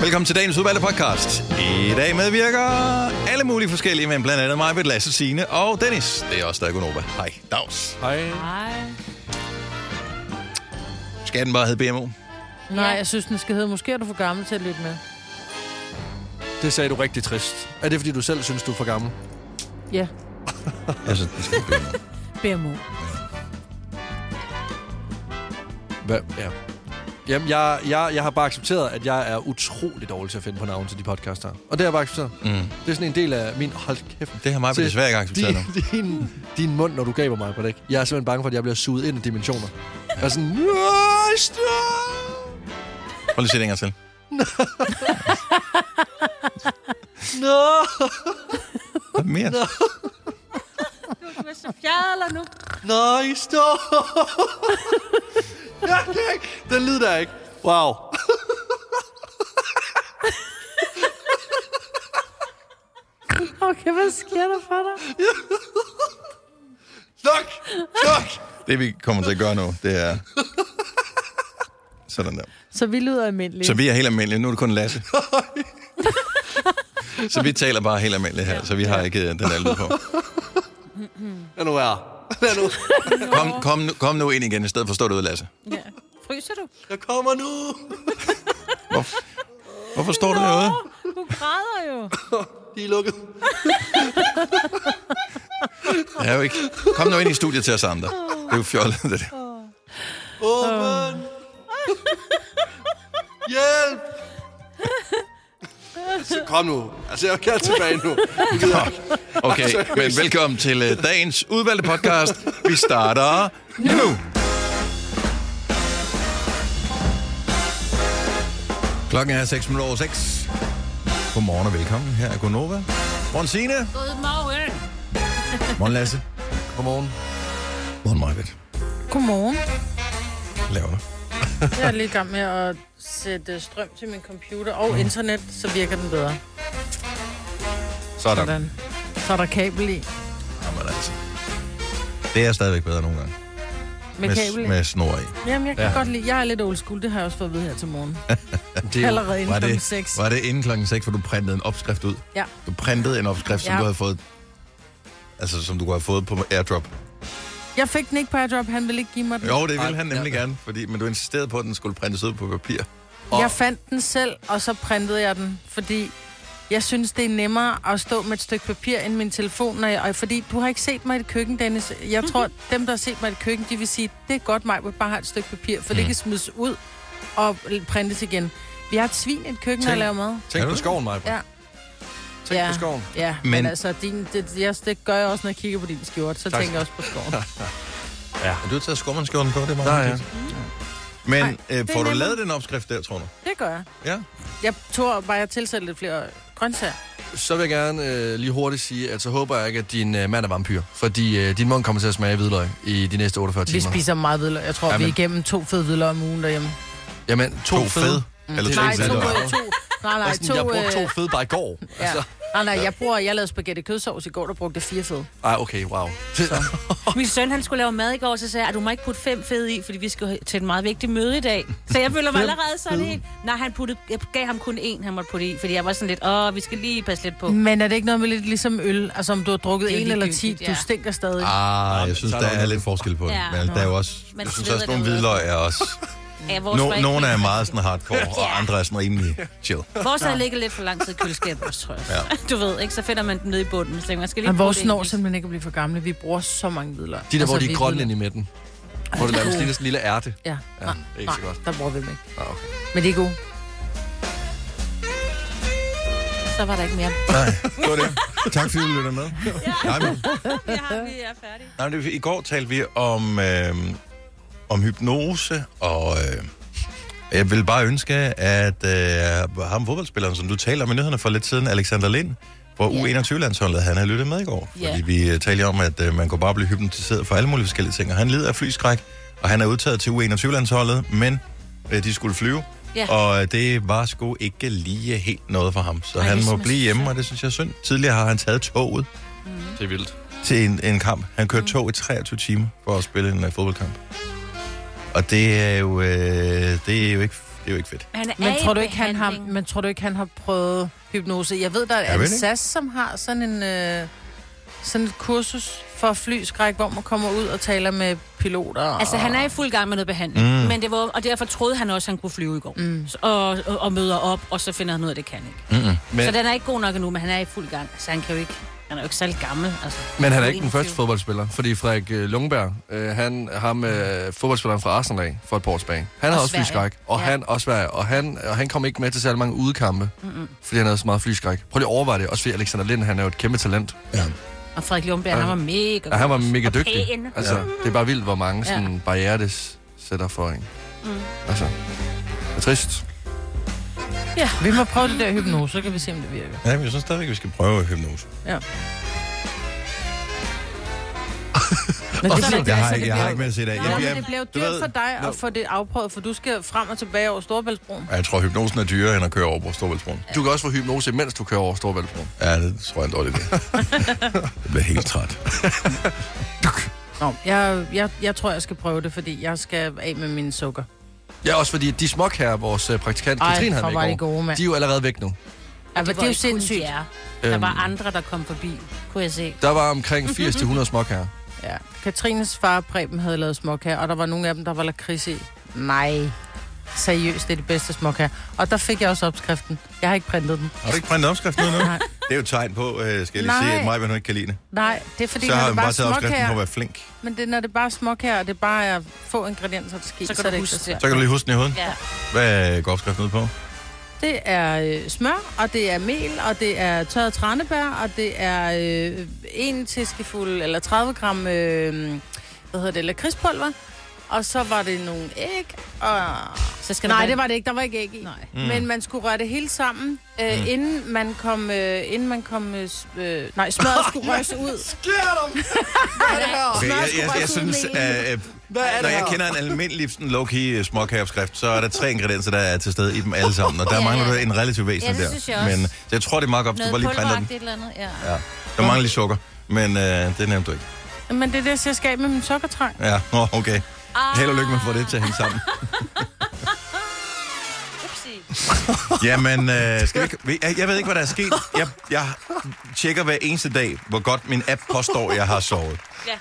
Velkommen til dagens udvalgte podcast. I dag medvirker alle mulige forskellige, men blandt andet mig, Lasse, Signe og Dennis. Det er også der Gunova. Hej, Dags. Hej. Hej. Skal den bare hedde BMO? Nej, jeg synes, den skal hedde, måske er du for gammel til at lytte med. Det sagde du rigtig trist. Er det, fordi du selv synes, du er for gammel? Ja. Jeg synes, den skal hedde BMO. BMO. Hvad? Ja. Jamen, jeg har bare accepteret, at jeg er utrolig dårlig til at finde på navn til de podcasts her. Og det har jeg bare accepteret. Det er sådan en del af min... Hold kæft. Det har mig desværre ikke accepteret nu. Din mund, når du gaber mig på det. Jeg er simpelthen bange for, at jeg bliver suget ind i dimensioner. Jeg er sådan... Stop! Prøv lige at se det en gang til. Nå! Hvad mere? Du er så fjaller nu. Nej, stop! Jeg kan ikke. Den lyd der ikke. Wow. Okay, hvad sker der for dig? Sluk! Det vi kommer til at gøre nu, det er... Sådan der. Så vi lyder almindelige. Så vi er helt almindelige. Nu er det kun Lasse. Så vi taler bare helt almindeligt her, så vi har ikke den der lyd på. Lad nu være. Kom nu ind igen, i stedet for at stå derude, Lasse. Ja. Fryser du? Jeg kommer nu. Hvorfor står du derude? Du græder jo. De er lukket. Jeg er jo ikke... Kom nu ind i studiet til os andre. Det er jo fjollet, det der. Åben. Hjælp. Så kom nu. Altså, jeg kan tilbage nu. Okay, men velkommen til dagens udvalgte podcast. Vi starter nu. Klokken er 6:06. Godmorgen og velkommen. Her er Gunova. Morgen Signe. Godmorgen. Morgen Lasse. Godmorgen. Morgen Majbet. Godmorgen. Laver du? Jeg er lige i gang med at sætte strøm til min computer og internet, så virker den bedre. Sådan. Så er der kabel i. Jamen altså. Det er stadigvæk bedre nogle gange. Med kabel i. Med snor i. Jamen, jeg kan godt lide. Jeg er lidt old school, det har jeg også fået at vide her til morgen. Det er Allerede inden klokken 6. Var det inden klokken 6, hvor du printede en opskrift ud? Ja. Du printede en opskrift, som du havde fået... Altså, som du kunne have fået på AirDrop. Jeg fik den ikke på AirDrop, han ville ikke give mig den. Jo, det ville han nemlig gerne, men du insisterede på, at den skulle printes ud på papir. Jeg fandt den selv, og så printede jeg den, fordi jeg synes, det er nemmere at stå med et stykke papir end min telefon. Fordi du har ikke set mig i et køkken, Dennis. Jeg tror, dem, der har set mig i et køkken, de vil sige, det er godt mig, at bare have et stykke papir, for det kan smides ud og printes igen. Vi har et svin i et køkken, når jeg laver mad. Tænk på skoven, Maja. Ja. Tænk på skoven. Ja, men altså, det gør jeg også, når jeg kigger på din skjort, så tænker jeg også på skoven. Ja. Og du har taget skovmandskjorten på, det er meget Nej, ja. Men får du lavet den opskrift der, tror du? Det gør jeg. Ja. Jeg tror bare, jeg tilsætter lidt flere grøntsager. Så vil jeg gerne lige hurtigt sige, at så håber jeg ikke, at din mand er vampyr. Fordi din mund kommer til at smage hvidløg i de næste 48 timer. Vi spiser meget hvidløg. Jeg tror, vi er igennem 2 fede hvidløg om ugen derhjemme. Jamen, 2 fede? Eller 2 Nej, hvidløg? Jeg brugte 2 fede bare i går. Ja. Altså. Jeg lavede spaghetti kødsovs i går, der brugte 4 fede. Okay, wow. Min søn, han skulle lave mad i går, så sagde jeg, at du må ikke putte 5 fede i, fordi vi skal til et meget vigtigt møde i dag. Så jeg føler mig allerede sådan helt... Nej, jeg gav ham kun 1, han måtte putte i, fordi jeg var sådan lidt, vi skal lige passe lidt på. Men er det ikke noget med lidt ligesom øl? Altså om du har drukket 1 eller 10, ja. du stinker stadig. Jeg synes, der er lidt forskel på det. Ja. Men der er jo også... Jeg synes også, nogle hvidløg er også... Nogle er meget sådan hardcore, og andre er sådan rimelig chill. Vores har ligget lidt for lang tid i køleskabet også, tror jeg. Ja. Du ved, ikke? Så finder man den nede i bunden. Så man skal lige vores når simpelthen ikke at blive for gamle. Vi bruger så mange hvidløg. De der, hvor de er grønne ind i midten. Hvor det laves sådan en lille ærte. Ja. Det er ikke så godt. Der bruger vi dem ikke. Okay. Men det er gode. Så var der ikke mere. Nej, det var det. Tak fordi du lytter med. Ja, vi er færdige. Nej, i går talte vi om hypnose, og jeg vil bare ønske, at ham fodboldspilleren, som du talte om i nyhederne for lidt siden, Alexander Lind, hvor U21-landsholdet, han havde lyttet med i går. Fordi vi talte om, at man kunne bare blive hypnotiseret for alle mulige forskellige ting. Og han lider af flyskræk, og han er udtaget til U21-landsholdet, men de skulle flyve. Ja. Og det var sgu ikke lige helt noget for ham. Så han må blive hjemme, og det synes jeg er synd. Tidligere har han taget toget. Det er vildt. Til en kamp. Han kørte tog i 23 timer for at spille en fodboldkamp. Og det er jo ikke er jo ikke fedt. Men tror du ikke, han har prøvet hypnose? Jeg ved, der er en SAS, som har sådan et kursus for flyskræk, hvor man kommer ud og taler med piloter. Altså, han er i fuld gang med noget behandling, men og derfor troede han også, at han kunne flyve i går. Og møder op, og så finder han ud af, at det kan ikke. Så den er ikke god nok endnu, men han er i fuld gang. Så han kan jo ikke... Han er jo ikke særlig gammel. Altså. Men han er ikke den første fodboldspiller, fordi Frederik Lundberg, fodboldspilleren fra Arsenal for et par år tilbage. Han havde også flyskræk, og han også Sverige, og han kom ikke med til særlig mange udekampe, fordi han havde så meget flyskræk. Prøv lige at overveje det, også fordi Alexander Lind, han er jo et kæmpe talent. Ja. Og Frederik Lundberg, han var mega god. Ja, han var mega dygtig. Altså, det er bare vildt, hvor mange sådan barrierer det sætter for en. Altså, det er trist. Ja, vi må prøve det der hypnose, så kan vi se, om det virker. Ja, men jeg synes stadigvæk, vi skal prøve hypnose. Ja. Men jeg har ikke med at se det af. Men det bliver jo dyrt for dig at få det afprøvet, for du skal frem og tilbage over Storebæltsbroen. Jeg tror, hypnosen er dyrere, end at køre over på Storebæltsbroen. Du kan også få hypnose, mens du kører over Storebæltsbroen. Ja, det tror jeg er en dårlig idé. Jeg bliver helt træt. Nå, jeg tror, jeg skal prøve det, fordi jeg skal af med mine sukker. Ja, også fordi de småkager, vores praktikant Katrine havde med i går, de er jo allerede væk nu. Ja, det er jo sindssygt. Der var andre, der kom forbi, kunne jeg se. Der var omkring 80-100 småkager. Ja, Katrines far Preben havde lavet småkager, og der var nogle af dem, der var lakrids i. Nej, seriøst, det er de bedste småkager. Og der fik jeg også opskriften. Jeg har ikke printet den. Har du ikke printet opskriften nu? Nej. Det er jo et tegn på, skal jeg lige sige, at mig, hvad du ikke kan lide det. Nej, det er fordi, så når har det man bare taget opskriften på at være flink. Men det, når det bare er småkager, og det bare er få ingredienser, der sker, så kan du huske det. Så kan du lige huske den i hovedet. Ja. Hvad går opskriften ud på? Det er smør, og det er mel, og det er tørret tranebær, og det er 1 teskefuld, eller 30 gram, lakridspulver. Og så var det nogle æg, og... Så skal det var det ikke. Der var ikke æg i. Nej. Men man skulle røre det hele sammen, inden man kom... smøret skulle røres ud. Sker der? Okay, jeg synes, når jeg kender en almindelig low-key småkageopskrift, så er der 3 ingredienser, der er til stede i dem alle sammen. Og der mangler du en relativt væsentlig der. Synes jeg også. Men jeg tror, det er meget godt, du bare lige printer den. Et eller andet, ja. Der mangler lige sukker, men det nævnte du ikke. Men det er det, jeg skal af med min sukkertræ. Ja, okay. Held og lykke med at få det til at hænge sammen. Jamen, skal vi... Jeg ved ikke, hvad der er sket. Jeg tjekker hver eneste dag, hvor godt min app påstår, jeg har sovet. Ja.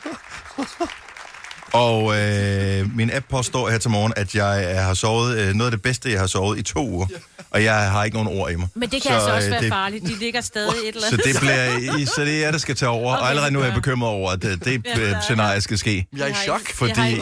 Og min app påstår her til morgen, at jeg har sovet noget af det bedste, jeg har sovet i 2 uger. Og jeg har ikke nogen ord i mig. Men det kan altså også være farligt. De ligger stadig et eller andet. Så det er der skal tage over. Okay, og allerede nu er jeg bekymret over, at det scenarie skal ske. Jeg er i chok. Fordi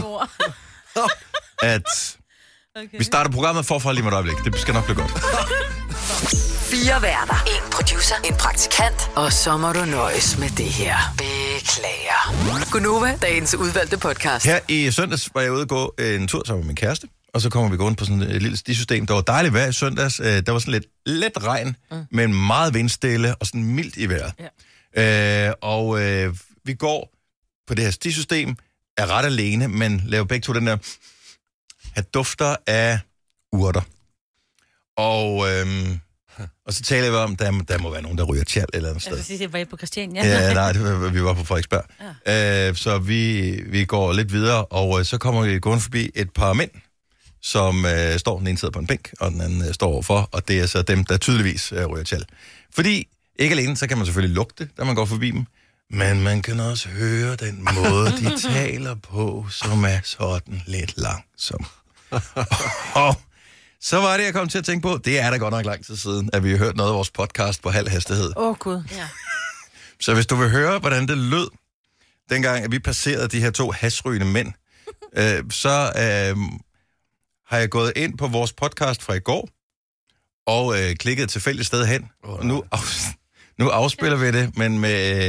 at vi starter programmet forfra lige med et øjeblik. Det skal nok blive godt. 4 værter. 1 producer. En praktikant. Og så må du nøjes med det her. Beklager. Gunova, dagens udvalgte podcast. Her i søndags var jeg ude at gå en tur sammen med min kæreste. Og så kommer vi gående på sådan et lille stisystem. Der var dejligt vejr i søndags. Der var sådan lidt regn, men meget vindstille og sådan mildt i vejret. Ja. Vi går på det her stisystem, er ret alene, men laver begge to den der... At dufter af urter. Og så taler vi om, der må være nogen, der ryger tjal eller andet sted. Jeg vil sige, det var på Christiania. Ja, nej, vi var på Frederiksberg. Ja. Så vi går lidt videre, og så kommer vi gående forbi et par mænd, som står, den ene sidder på en bænk, og den anden står overfor, og det er så dem, der tydeligvis ryger tjal. Fordi, ikke alene, så kan man selvfølgelig lugte, da man går forbi dem, men man kan også høre den måde, de taler på, som er sådan lidt langsom. Og så var det, jeg kom til at tænke på, det er da godt nok lang tid siden, at vi har hørt noget af vores podcast på halv hastighed. Gud. Ja. Så hvis du vil høre, hvordan det lød, dengang at vi passerede de her 2 hasrygende mænd, så har jeg gået ind på vores podcast fra i går, og klikket tilfældigt sted hen. Og nu afspiller vi det, men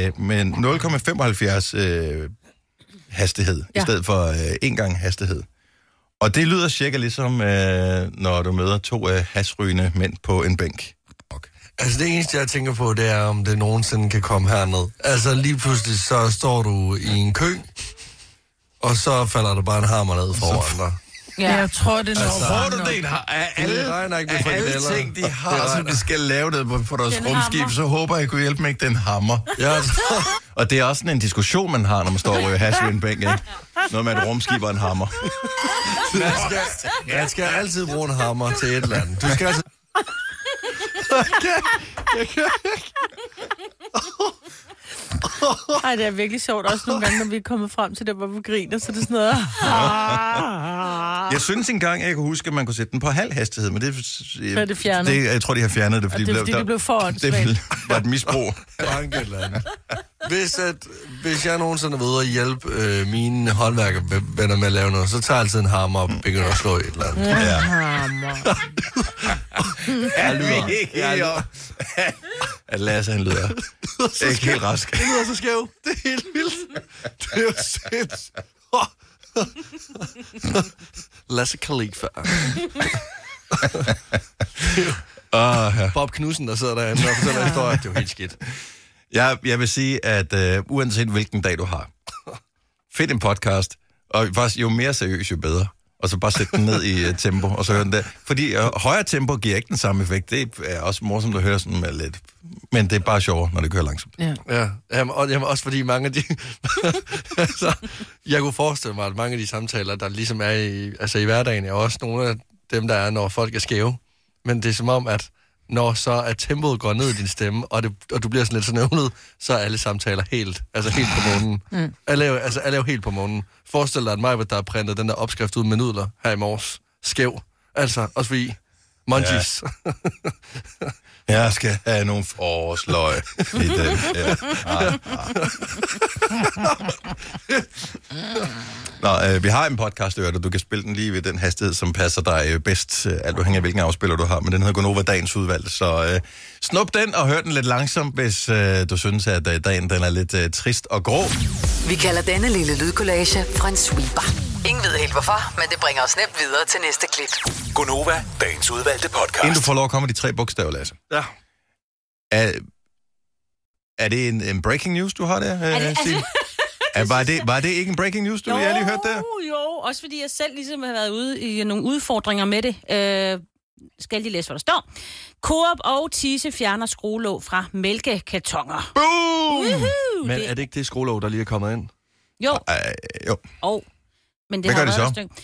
med 0,75 hastighed, i stedet for 1 gang hastighed. Og det lyder cirka ligesom, når du møder 2 hasrygende mænd på en bænk. Okay. Altså det eneste, jeg tænker på, det er, om det nogensinde kan komme herned. Altså lige pludselig, så står du i en kø, og så falder der bare en hammer ned foran dig. Ja, jeg tror, det er noget. Tror du, det af alle ting, de har, som de skal lave det på deres rumskib, så håber jeg, kunne hjælpe med ikke den hammer. Ja. Og det er også sådan en diskussion, man har, når man står og ryger hash ved en bænk, ikke? Noget med et rumskib og en hammer. Man skal altid bruge en hammer til et eller andet. Du skal altid... Ej, det er virkelig sjovt. Også nogle gange, når vi er kommet frem til det, hvor vi griner, så det er sådan noget... Jeg synes engang, jeg kunne huske, at man kunne sætte den på halv hastighed, men det er det fjernet. Jeg tror, de har fjernet det, fordi det blev for åndssvagt. Det var et misbrug. Hvis jeg nogensinde vil ud og hjælpe mine håndværkervenner med at lave noget, så tager jeg altid en hammer og begynder at slå et eller andet. Ja. Hammer. At Lasse, han lyder ikke helt rask. Det lyder så skæv. Det er helt vildt. Det er jo sindssygt. Lasse Khalifa. Bob Knudsen, der sidder derinde og fortæller historier. Det er jo helt skidt. Jeg vil sige, at uanset hvilken dag du har, find en podcast, og faktisk jo mere seriøs, jo bedre. Og så bare sætte den ned i tempo, og så høre den der. Fordi højere tempo giver ikke den samme effekt. Det er også morsomt at høre sådan med lidt. Men det er bare sjovere, når det kører langsomt. Ja. Jamen, også fordi mange af de... altså, jeg kunne forestille mig, at mange af de samtaler, der ligesom er i hverdagen, er også nogle af dem, der er, når folk er skæve. Men det er som om, at når så at tempoet går ned i din stemme, og du bliver sådan lidt snøvlet, så er alle samtaler helt på månen. Alle er jo helt på månen. Forestil dig, at mig, der har printet den der opskrift ud med nudler her i morges. Skæv. Altså, også fordi munchies. Ja. Jeg skal have nogle forårsløg i den. Ja. Nå, vi har en podcast, du kan spille den lige ved den hastighed, som passer dig bedst. Alt afhængig af, hvilken afspiller du har, men den hedder Gonova Dagens Udvalg. Så snup den og hør den lidt langsomt, hvis du synes, at dagen den er lidt trist og grå. Vi kalder denne lille lydkollage en sweeper. Ingen ved helt hvorfor, men det bringer os nemt videre til næste klip. Gonova, dagens udvalgte podcast. Inden du får lov at komme de 3 bogstaver, Lasse. Ja. Er det en breaking news, du har der, Signe? Var det ikke en breaking news, du lige hørt der? Jo, også fordi jeg selv ligesom har været ude i nogle udfordringer med det. Skal jeg lige læse, hvad der står? Coop og Tise fjerner skruelåg fra mælkekartoner. Boom! Men er det ikke det skruelåg, der lige er kommet ind? Jo. Jo. Men det hvad har gør været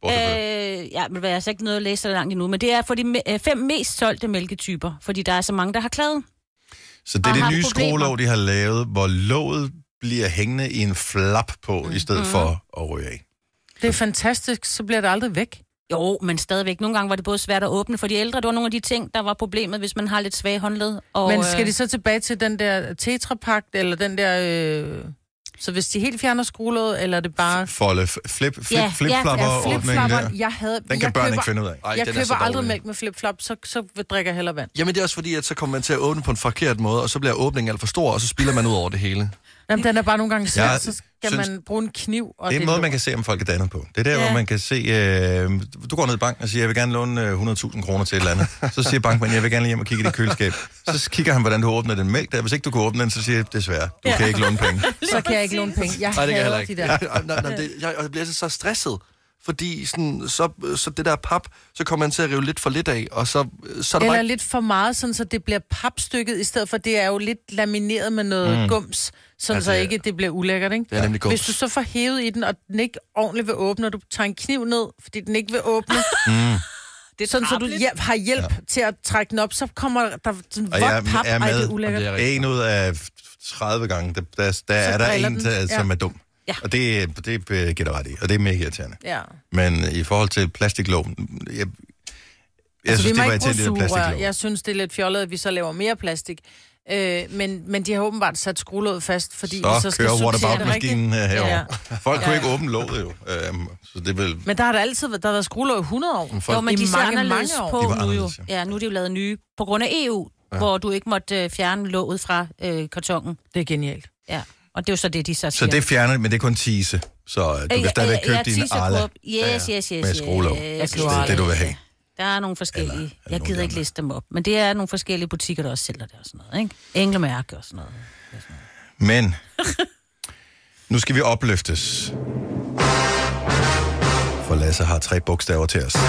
de så? Men jeg har ikke noget at læse så langt endnu, men det er for de 5 mest solgte mælketyper, fordi der er så mange, der har klaget. Så det er det nye skruelåg, de har lavet, hvor låget bliver hængende i en flap på, i stedet for at ryge af. Det er fantastisk, så bliver det aldrig væk. Jo, men stadigvæk. Nogle gange var det både svært at åbne for de ældre. Det var nogle af de ting, der var problemet, hvis man har lidt svage håndled. Og, men skal de så tilbage til den der tetrapakt, eller den der... Så hvis de helt fjerner skruelåget, eller er det bare... Folde, flip-flapper-ordningen der. Den kan børn ikke finde ud af. Jeg køber aldrig mælk med flip-flap, så drikker jeg hellere vand. Jamen det er også fordi, at så kommer man til at åbne på en forkert måde, og så bliver åbningen alt for stor, og så spilder man ud over det hele. Jamen, den er bare nogle gange svært, så skal man bruge en kniv. Og det er en måde, man kan se, om folk er dannet på. Det er der, hvor man kan se... du går ned i banken og siger, jeg vil gerne låne 100.000 kroner til et eller andet. Så siger bankmanden, jeg vil gerne hjem og kigge i det køleskab. Så kigger han, hvordan du åbner den mælk der. Hvis ikke du kan åbne den, så siger jeg, desværre, du kan ikke låne penge. Så kan jeg ikke låne penge. Jeg hader de der. Jeg bliver så stresset. Fordi sådan, så det der pap, så kommer man til at rive lidt for lidt af, og så er der eller bare... lidt for meget, sådan, så det bliver papstykket, i stedet for, det er jo lidt lamineret med noget gums, sådan så ikke det bliver ulækkert, ikke? Det er nemlig gums. Hvis du så får hævet i den, og den ikke ordentligt vil åbne, og du tager en kniv ned, fordi den ikke vil åbne, det er sådan, så du har hjælp til at trække den op, så kommer der sådan vådt pap, og det er ulækkert. En ud af 30 gange, der er der en, som er dum. Ja. Og det giver ret i, og det er mega irriterende. Ja. Men i forhold til plastiklåg, jeg synes, det var irriterende, det plastiklåg. Jeg synes, det er lidt fjollet, at vi så laver mere plastik. Men de har åbenbart sat skruelåget fast, fordi så vi så skal kører sortere whatabout-maskinen herovre. Ja. Folk kunne ikke åbne låget jo. Så det vil... Men der har der altid været skruelåg i 100 år. Jo, men de ser anderledes på nu jo. Ja, nu er de jo lavet nye på grund af EU, hvor du ikke måtte fjerne låget fra kartongen. Det er genialt. Ja. Og det er jo så det, de så siger. Så det fjerner, men det er kun Tise. Så du kan stadigvæk købe din Arla yes. med skruelåg. Det er det, du vil have. Der er nogle forskellige. Jeg gider ikke liste dem op. Men det er nogle forskellige butikker, der også sælger det og sådan noget, ikke? Englemærke og sådan noget. Men nu skal vi opløftes. For Lasse har 3 bogstaver til os.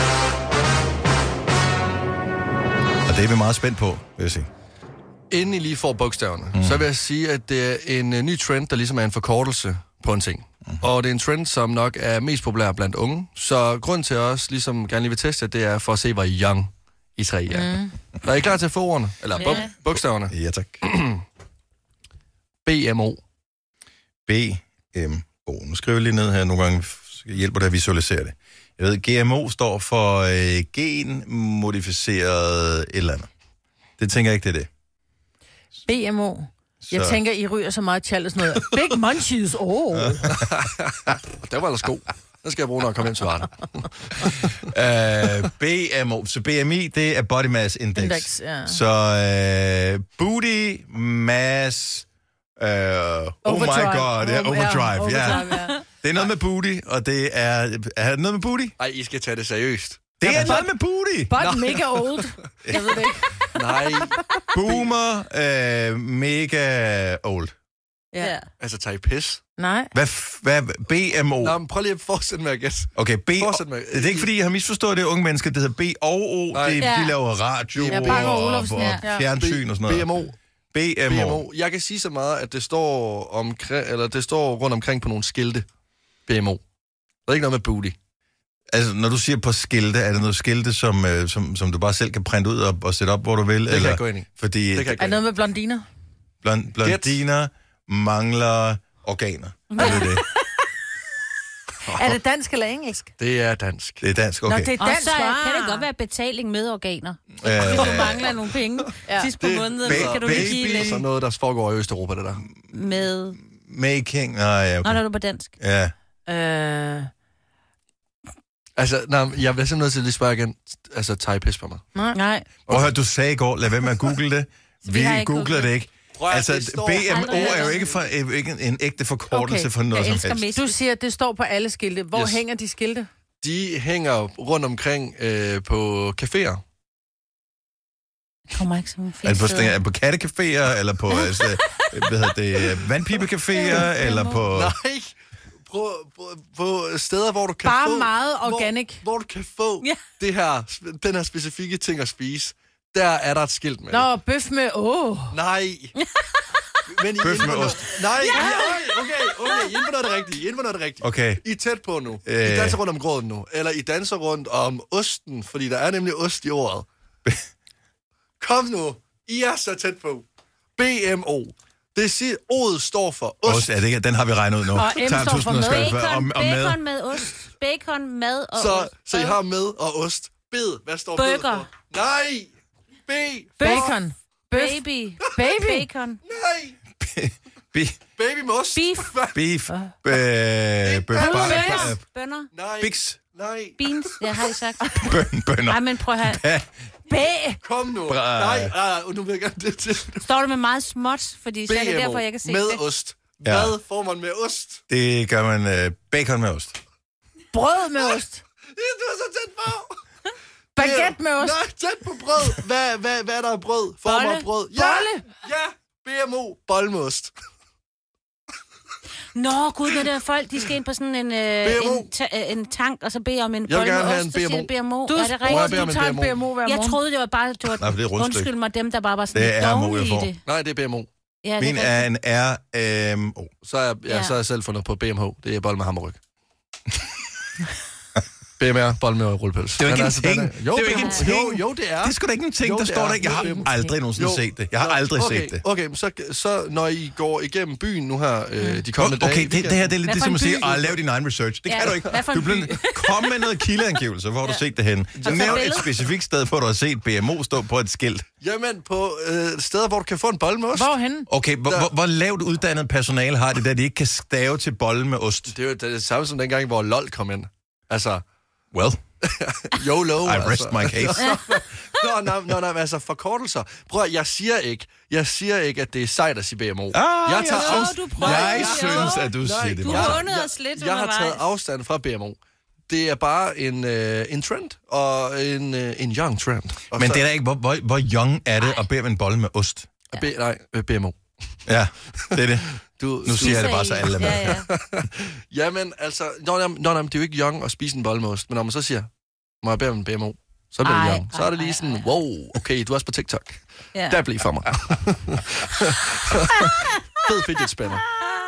Og det er vi meget spændt på, vil jeg sige. Inden I lige får bogstaverne, så vil jeg sige, at det er en ny trend, der ligesom er en forkortelse på en ting. Og det er en trend, som nok er mest populær blandt unge. Så grund til os ligesom gerne lige vil teste, det er for at se, hvor young I 3 er. Er I klar til at få ordene? Eller bogstaverne? Ja, tak. BMO. BMO. Nu skriver jeg lige ned her nogle gange, hjælper det at visualisere det. Jeg ved, GMO står for genmodificeret et eller andet. Det tænker jeg ikke, det er det. BMO. Jeg tænker, I ryger så meget tjal og sådan noget. Big munchies, Der var ellers god. Den skal jeg bruge, når jeg kommer hjem til Varden. BMO. Så BMI, det er Body Mass Index. Ja. Så booty mass... oh my god, ja, overdrive, ja. Det er noget med booty, og det er det noget med booty? Ej, I skal tage det seriøst. Det er noget med booty! But mega old. Jeg ved det ikke. Nej. Boomer, mega old. Ja. Altså, tager I pis? Nej. Hvad BMO? Nå, men prøv lige at fortsætte med at gætte. Okay, Fortsæt med. Det er ikke, fordi jeg har misforstået det unge mennesker. Det hedder B og O. De laver radio og fjernsyn og sådan noget. BMO. Jeg kan sige så meget, at det står rundt omkring på nogle skilte. BMO. Der er ikke noget med booty. Altså, når du siger på skilte, er det noget skilte, som du bare selv kan printe ud og sætte op, hvor du vil? Det kan jeg gå ind i. Fordi er det noget med blondiner? Blondiner mangler organer. Er det? Er det dansk eller engelsk? Det er dansk. Det er dansk, okay. Nå, det er dansk. Og så kan det godt være betaling med organer. Hvis du mangler nogle penge sidst på måneden, så kan du lige give lidt. Så noget, der foregår i Østeuropa, det der. Med... Making, okay. Nå, er du på dansk? Ja. Altså, jeg bliver simpelthen nødt til at lige spørge igen. Altså, tager I pis på mig? Nej. Prøv at høre, du sagde i går, lad være med at google det. Vi googlede det ikke. Altså, BMO er jo ikke en ægte forkortelse for noget som helst. Du siger, at det står på alle skilte. Hvor hænger de skilte? De hænger rundt omkring på caféer. Kommer ikke sådan en altså på kattecaféer, eller på vandpibecaféer, eller på... Nej, på steder, hvor du kan bare få... Bare meget organic. Hvor du kan få den her specifikke ting at spise. Der er der et skilt med. Nå, bøf med Nej. Men bøf med ost. Nej, okay. I er noget rigtigt. Okay. I er tæt på nu. I danser rundt om gråden nu. Eller I danser rundt om osten, fordi der er nemlig ost i ordet. Kom nu. I er så tæt på. BMO. Det siger, O'et står for ost. Ja, den har vi regnet ud nu. Og M står for med. Bacon med ost. Bacon, mad og ost. Så I har med og ost. Bed. Hvad står bed for? Nej. Bacon. Baby. Bacon. Nej. Baby med ost. Beef. Bønner. Nej. Bix. Nej. Beans. Jeg har sagt. Bønner. Nej, men prøv at have. Kom nu. Nej, nu vil jeg gerne det til. Står det med meget småt, fordi så er det derfor, jeg kan se med det. Med ost. Hvad får man med ost? Det gør man bacon med ost. Brød med ost. Du er så tæt på. Baguette med ost. Nej, tæt på brød. Hvad er der af brød? Form af brød. Bolle. Ja, BMO. Bolle med ost. Nå, gud, når det er folk, de skal ind på sådan en tank, og så beder om en bolle med ost, så siger det BMO. Du er det rigtigt? Du tager en BMO hver morgen. Jeg troede, det var bare, undskyld mig, dem, der bare var sådan lidt dårlige i det. Nej, det er BMO. Ja, min er en RMO. Så er jeg selv fundet på BMH. Det er bolle med hammerryg. BMR, bolle med rullepølse. Det er jo ikke en ting. Jo, det er. Det er sgu da ikke en ting, der står der. Jeg har aldrig nogensinde set det. Jeg har aldrig set det. Okay, så når I går igennem byen nu her, de kommende dage... Okay, det her det er lidt som at sige, lav din egen research. Det kan du ikke. Du bliver kom med noget kildeangivelse. Hvor har du set det henne? Så nævn et specifikt sted, hvor du har set BMO stå på et skilt. Jamen, på steder, hvor du kan få en bolle med ost. Hvorhenne? Okay, hvor lavt uddannet personale har det, der de ikke kan stave til bolle med ost? Det er jo det samme som dengang, hvor LOL kom ind. Altså... Well... YOLO, I rest my case. Nå, altså forkortelser. Prøv, jeg siger ikke, at det er sejt at sige BMO. Jeg synes, at du siger det. Du håndede os lidt undervejs. Jeg har taget afstand fra BMO. Det er bare en trend, og en young trend. Og men det er da ikke, hvor young er det at bede om en bolle med ost? Nej, BMO. Ja, det er det. Nu siger jeg det bare, så alle er med. Ja. Jamen, altså, det er jo ikke young at spise en boldmost, men når man så siger, må jeg bede om en BMO, så bliver det young. Så er det lige sådan, wow, okay, du er også på TikTok. Ja. Der bliver for mig. Fed fidget spinner.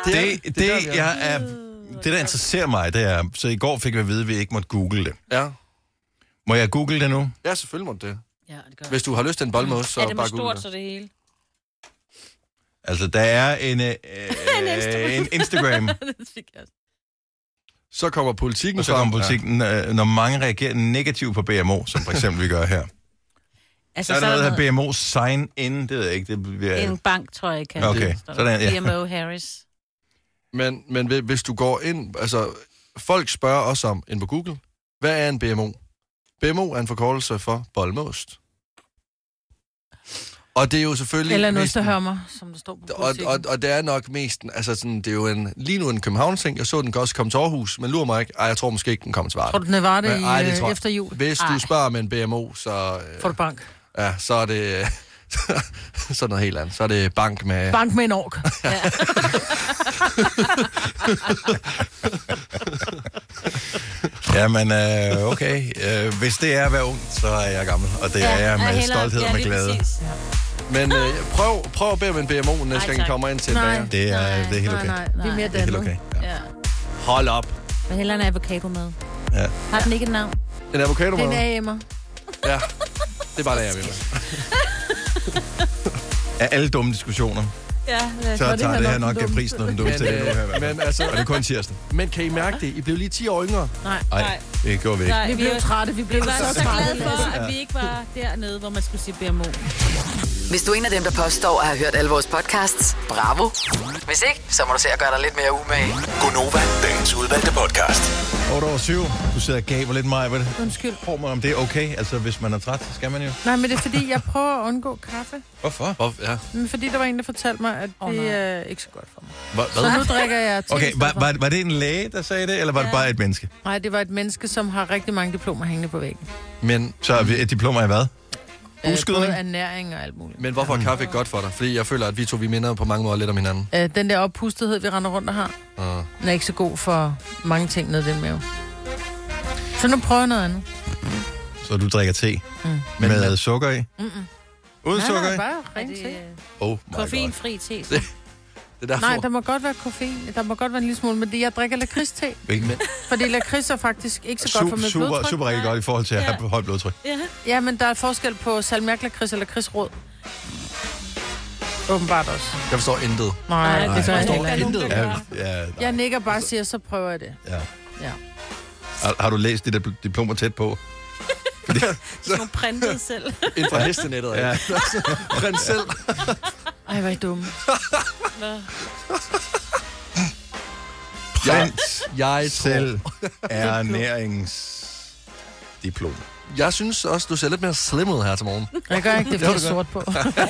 Det, der interesserer mig, det er... Så i går fik vi at vide, at vi ikke måtte google det. Ja. Må jeg google det nu? Ja, selvfølgelig må det. Ja, det gør. Hvis du har lyst til en boldmost, så Er det med bare google stort, det. så det hele? Altså, der er en Instagram. Så kommer politikken Og så kommer politikken, når mange reagerer negativt på BMO, som for eksempel vi gør her. Altså, Så er der noget, der BMO sign in, det ved jeg ikke. Det bliver... En bank, tror jeg, kan Okay, sådan, ja. BMO Harris. Men hvis du går ind... Altså, folk spørger os om, ind på Google, hvad er en BMO? BMO er en forkortelse for boldmost. Og det er jo selvfølgelig... Eller noget, der hører mig, som der står på politikken. Og det er nok mest... Altså, sådan, det er jo lige nu en København-ting. Jeg så, den kan også komme til Aarhus, men lurer mig ikke. Ej, jeg tror måske ikke, den kommer til Varde. Tror du, den var det det efter jul? Hvis du spørger med en BMO, så... Får du bank? Ja, så er det... så er noget helt andet. Så er det bank med... Bank med en ork. Ja. Jamen, okay. Hvis det er at være ung, så er jeg gammel. Og det er jeg med stolthed og med glæde. Men prøv at bede om en BMO, næste gang I kommer ind til en bager. Det er helt okay. Nej. Vi er mere Det er helt dannet. okay. Ja. Hold op. Men heller en avocado med. Ja. Har den ikke et navn? En avocado Det er med? en AM'er. Ja, det er bare det, jeg vil. Af alle dumme diskussioner, Ja, så tager det her nok af prisen, når den dumme til det nu her. Men altså... Og det er kun tirsdag. Men kan I mærke det? I blev lige 10 år yngre. Nej, det gjorde vi ikke. Vi blev trætte, vi blev Vi var så trætte. glade for, at vi ikke var dernede, hvor man skulle sige BMO. Hvis du er en af dem, der påstår at have hørt alle vores podcasts, bravo. Hvis ikke, så må du se at gøre dig lidt mere umage. Gonova, dagens udvalgte podcast. 8:07. Du sidder og gaber lidt mig. Undskyld. Prøv mig, om det er okay. Altså, hvis man er træt, så skal man jo. Nej, men det er fordi, jeg prøver at undgå kaffe. Hvorfor? Ja. Men fordi der var en, der fortalte mig, at det er ikke så godt for mig. Hvad? Så nu drikker jeg te. Okay, var det en læge, der sagde det, eller var det bare et menneske? Nej, det var et menneske, som har rigtig mange diplomer hængende på væggen. Men Så er et diploma i hvad? Buskydning? Både ernæring og alt muligt. hvorfor er kaffe ikke godt for dig? Fordi jeg føler, at vi minder på mange måder lidt om hinanden. Den der oppustethed, vi render rundt og har, den er ikke så god for mange ting nede i den mave. Så nu prøver jeg noget andet. Så du drikker te med sukker i? Uden sukker i? Nej, bare ren te. Oh my god. Koffeinfri te. Det er derfor. Nej, der må godt være koffein. Der må godt være en lille smule, men jeg drikker lakrids-te. Hvilken? Fordi lakrids er faktisk ikke så godt for mit blodtryk. Super rigtig godt i forhold til at have højt blodtryk. Ja, men der er forskel på salmiak-lakrids og lakridsrød. Åbenbart også. Jeg forstår intet. Nej, det gør jeg forstår heller ikke. intet. Ja, Jeg nikker bare og siger, så prøver jeg det. ja. Ja. Har du læst de der diplomer tæt på? Sådan nogle printet selv. Inden for hestenettet. Ja. Prins selv. Ej, hvor er I dumme. Prins Jeg selv ernæringsdiplom. Jeg synes også, du ser lidt mere slim ud her til morgen. Jeg gør ikke det, fordi jeg er sort på.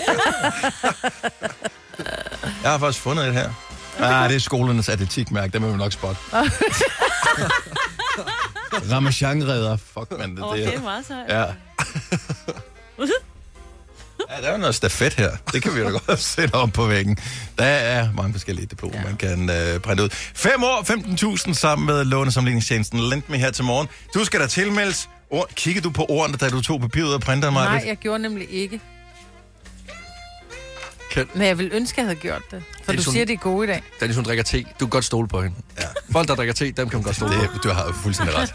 Jeg har faktisk fundet et her. Det er skolernes atletikmærke, det må vi nok spotte. Ramachan-redder. Fuck, man. Det er meget sejt. Ja. Ja, der er jo noget stafet her. Det kan vi jo da godt sætte op på væggen. Der er mange forskellige diplomer, man kan printe ud. 5 år, 15.000 sammen med lånesamligningstjenesten Lend Me her til morgen. Du skal da tilmeldes. Kiggede du på ordene, da du tog papiret ud og printede mig? Nej, jeg gjorde nemlig ikke. Men jeg vil ønske, at jeg havde gjort det. For du siger, det er gode i dag. Dennis, hun drikker te. Du kan godt stole på hende. Ja. Folk, der drikker te, dem kan man godt stole på. Du har fuldstændig ret.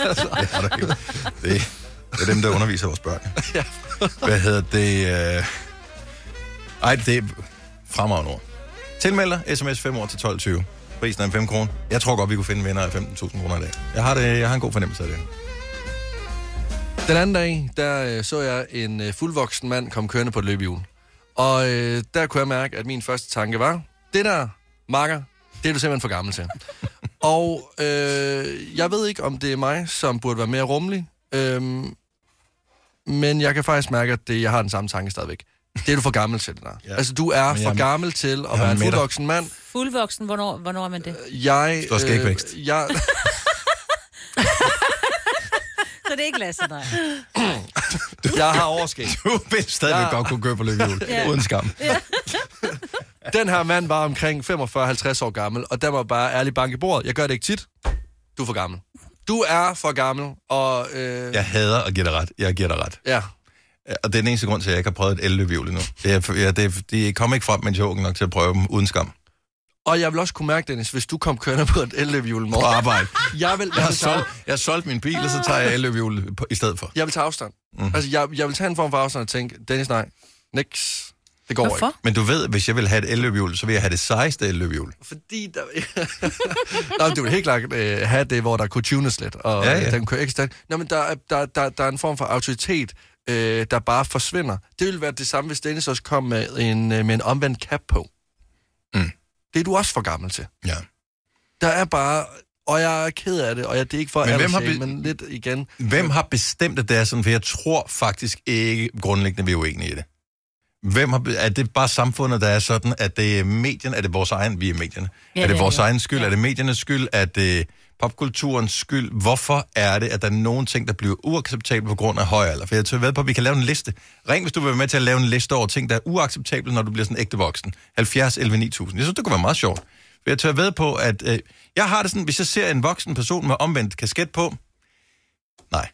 Det er dem, der underviser vores børn. Hvad hedder det? Det er fremragende ord. Tilmelder sms 5 år til 12.20. Prisen er 5 kroner. Jeg tror godt, vi kunne finde vinder af 15.000 kroner i dag. Jeg har en god fornemmelse af det. Den anden dag, der så jeg en fuldvoksen mand komme kørende på et løbehjul. Og der kunne jeg mærke, at min første tanke var, det der, makker, det er du simpelthen for gammel til. Og jeg ved ikke, om det er mig, som burde være mere rummelig, men jeg kan faktisk mærke, at jeg har den samme tanke stadigvæk. Det er du for gammel til, det der. Ja. Altså, du er for gammel til at være en fuldvoksen mand. Fuldvoksen, hvornår er man det? Står skægvækst. Så det er ikke Lasse, nej. Jeg har overskæg. Du vil stadigvæk godt kunne køre på løbehjul. Uden skam. Den her mand var omkring 45-50 år gammel, og der var bare ærligt bank i bordet. Jeg gør det ikke tit. Du er for gammel. Du er for gammel, og... Jeg hader at give dig ret. Jeg giver dig ret. Ja. Og det er den eneste grund til, at jeg ikke har prøvet et elløbehjul endnu. De kommer ikke frem med joken nok til at prøve dem uden skam. Og jeg vil også kunne mærke, Dennis, hvis du kom kørende på et elløbehjul i morgen. På arbejde. Jeg har solgt min bil, og så tager jeg elløbehjul i stedet for. vil tage afstand. Altså, jeg vil tage en form for afstand og tænke, Dennis, nej, niks. Det går Hvorfor? ikke. Men du ved, hvis jeg vil have et elløbehjul, så vil jeg have det sejeste elløbehjul. Fordi der... Nå, du vil helt klart have det, hvor der kunne tunes lidt, og den kører ikke stærkt. Nå, men der er en form for autoritet, der bare forsvinder. Det ville være det samme, hvis Dennis også kom med en omvendt cap på. Det er du også for gammel til. Ja. Der er bare... Og jeg er ked af det, og det er ikke for men lidt igen. Hvem har bestemt, at det er sådan? For jeg tror faktisk ikke grundlæggende, vi er uenige i det. Er det bare samfundet, der er sådan, at det er medien, er det vores egen, vi er medierne? Ja, er det vores egen skyld? Ja. Er det mediernes skyld? Er det popkulturens skyld? Hvorfor er det, at der er nogle ting, der bliver uacceptable på grund af høj alder? For jeg tror ved på, at vi kan lave en liste. Ring, hvis du vil være med til at lave en liste over ting, der er uacceptable, når du bliver sådan ægte voksen. 70 11 9000. Jeg synes, det kunne være meget sjovt. For jeg tør ved på, at jeg har det sådan, hvis jeg ser en voksen person med omvendt kasket på, nej.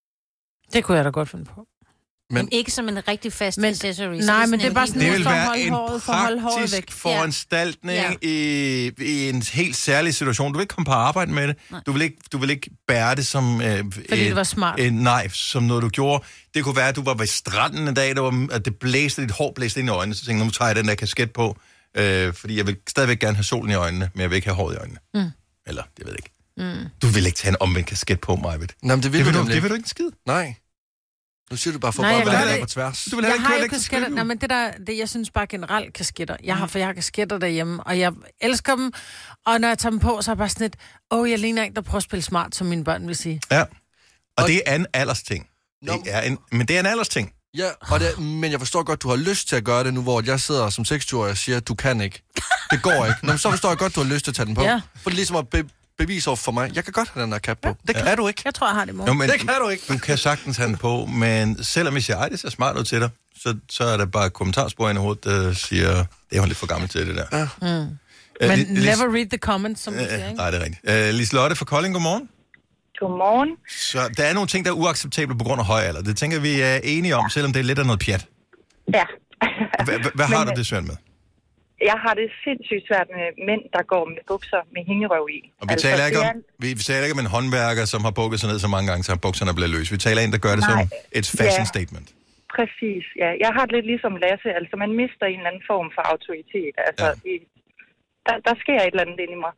Det kunne jeg da godt finde på. Men ikke som en rigtig fast accessory. Nej, men det er bare sådan, det vil for at være holde en håret, for at holde håret væk. praktisk foranstaltning i en helt særlig situation. Du vil ikke komme på arbejde med det. Du vil ikke bære det som... Fordi det var smart. Nej, som noget du gjorde. Det kunne være, at du var ved stranden en dag, at det blæste, dit hår blæste ind i øjnene. Så tænkte jeg, nu tager jeg den der kasket på, fordi jeg vil stadigvæk gerne have solen i øjnene, men jeg vil ikke have håret i øjnene. Eller, jeg ved ikke. Du vil ikke tage en omvendt kasket på, Majvidt. Nej, men det vil du ikke en skid. Nej. Nu siger du bare for bare på tværs. Du vil have jeg har jo kasketter. Nej, men jeg synes bare generelt kasketter. Jeg har kasketter derhjemme, og jeg elsker dem. Og når jeg tager dem på, så er jeg bare sådan lidt, jeg ligner ikke, der prøver at spille smart, som mine børn vil sige. Ja, og det er en aldersting. Men det er en aldersting. Ja, men jeg forstår godt, du har lyst til at gøre det nu, hvor jeg sidder som 26-årig og siger, du kan ikke. Det går ikke. Nå, så forstår jeg godt, du har lyst til at tage den på. Ja. For det er ligesom at bevis over for mig. Jeg kan godt have den der cap på. Det kan du ikke. Jeg tror, jeg har det i morgen. Det kan du ikke. Du kan sagtens have den på, men selvom jeg siger, det ser smart ud til dig, så er der bare et kommentarspor i hovedet, der siger, det er jo lidt for gammel til det der. Ja. Men never read the comments, som du siger, ikke? Nej, det er rigtigt. Liselotte fra Kolding, godmorgen. Godmorgen. Så der er nogle ting, der er uacceptable på grund af høj alder. Det tænker vi er enige om, selvom det er lidt af noget pjat. Ja. Hvad har du det svært med? Jeg har det sindssygt svært med mænd, der går med bukser med hængerøv i. Og vi taler ikke om en håndværker, som har bukket sig ned så mange gange, så bukserne bliver løs. Vi taler en, der gør det som et fashion statement. Præcis, ja. Jeg har det lidt ligesom Lasse. Altså, man mister en eller anden form for autoritet. Altså, der sker et eller andet inde i mig.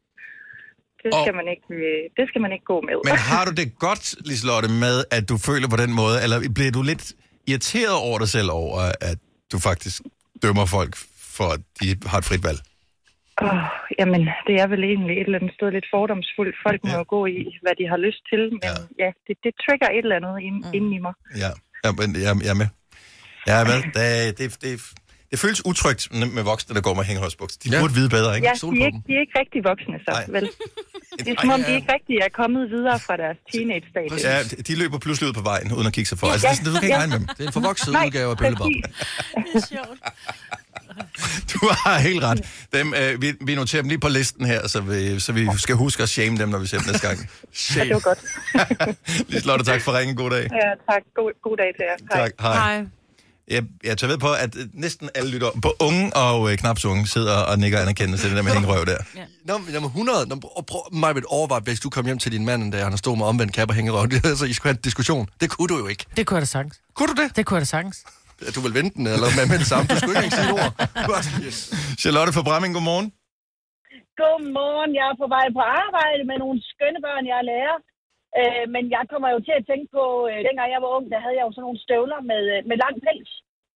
Det skal man ikke gå med. Men har du det godt, Liselotte, med, at du føler på den måde, eller bliver du lidt irriteret over dig selv over, at du faktisk dømmer folk for, at de har et frit valg? Jamen, det er vel egentlig et eller andet sted lidt fordomsfuldt. Folk må jo gå i, hvad de har lyst til, men det trigger et eller andet inde i mig. Ja, men jeg er med. Jeg er med. Det føles utrygt med voksne, der går med hængerhøjsbukser. De burde vide bedre, ikke? Ja, de er ikke rigtig voksne, så vel. Det er som om, de ikke rigtig er kommet videre fra deres teenage-stadie. Ja, de løber pludselig ud på vejen, uden at kigge sig for. Altså, du kan ikke regne med dem. Det er en forvokset udgave af Bøllebop. Det er sjovt. Du har helt ret. Vi noterer dem lige på listen her, så vi skal huske at shame dem, når vi ser dem næste gang. Ja, det var godt. Liselotte, tak for ringen. God dag. Ja, tak. God dag til jer. Tak. Hej. Jeg tager ved på, at næsten alle lytter, på unge og knapt unge, sidder og nikker anerkendende til det der med hængerøv der. Ja. Nå, 100. Prøv mig at overveje, hvis du kom hjem til din mand en dag, han har stået med omvendt kap og hængerøv, så I skulle have en diskussion. Det kunne du jo ikke. Det kunne jeg da sagtens. Kunne du det? Det kunne jeg da sagtens. Du vil vente den, eller med det samme. Du skulle ikke sige et ord. Charlotte fra Bramming, godmorgen. Godmorgen. Jeg er på vej på arbejde med nogle skønne børn, jeg er lærer. Men jeg kommer jo til at tænke på, dengang jeg var ung, der havde jeg jo sådan nogle støvler med lang pels.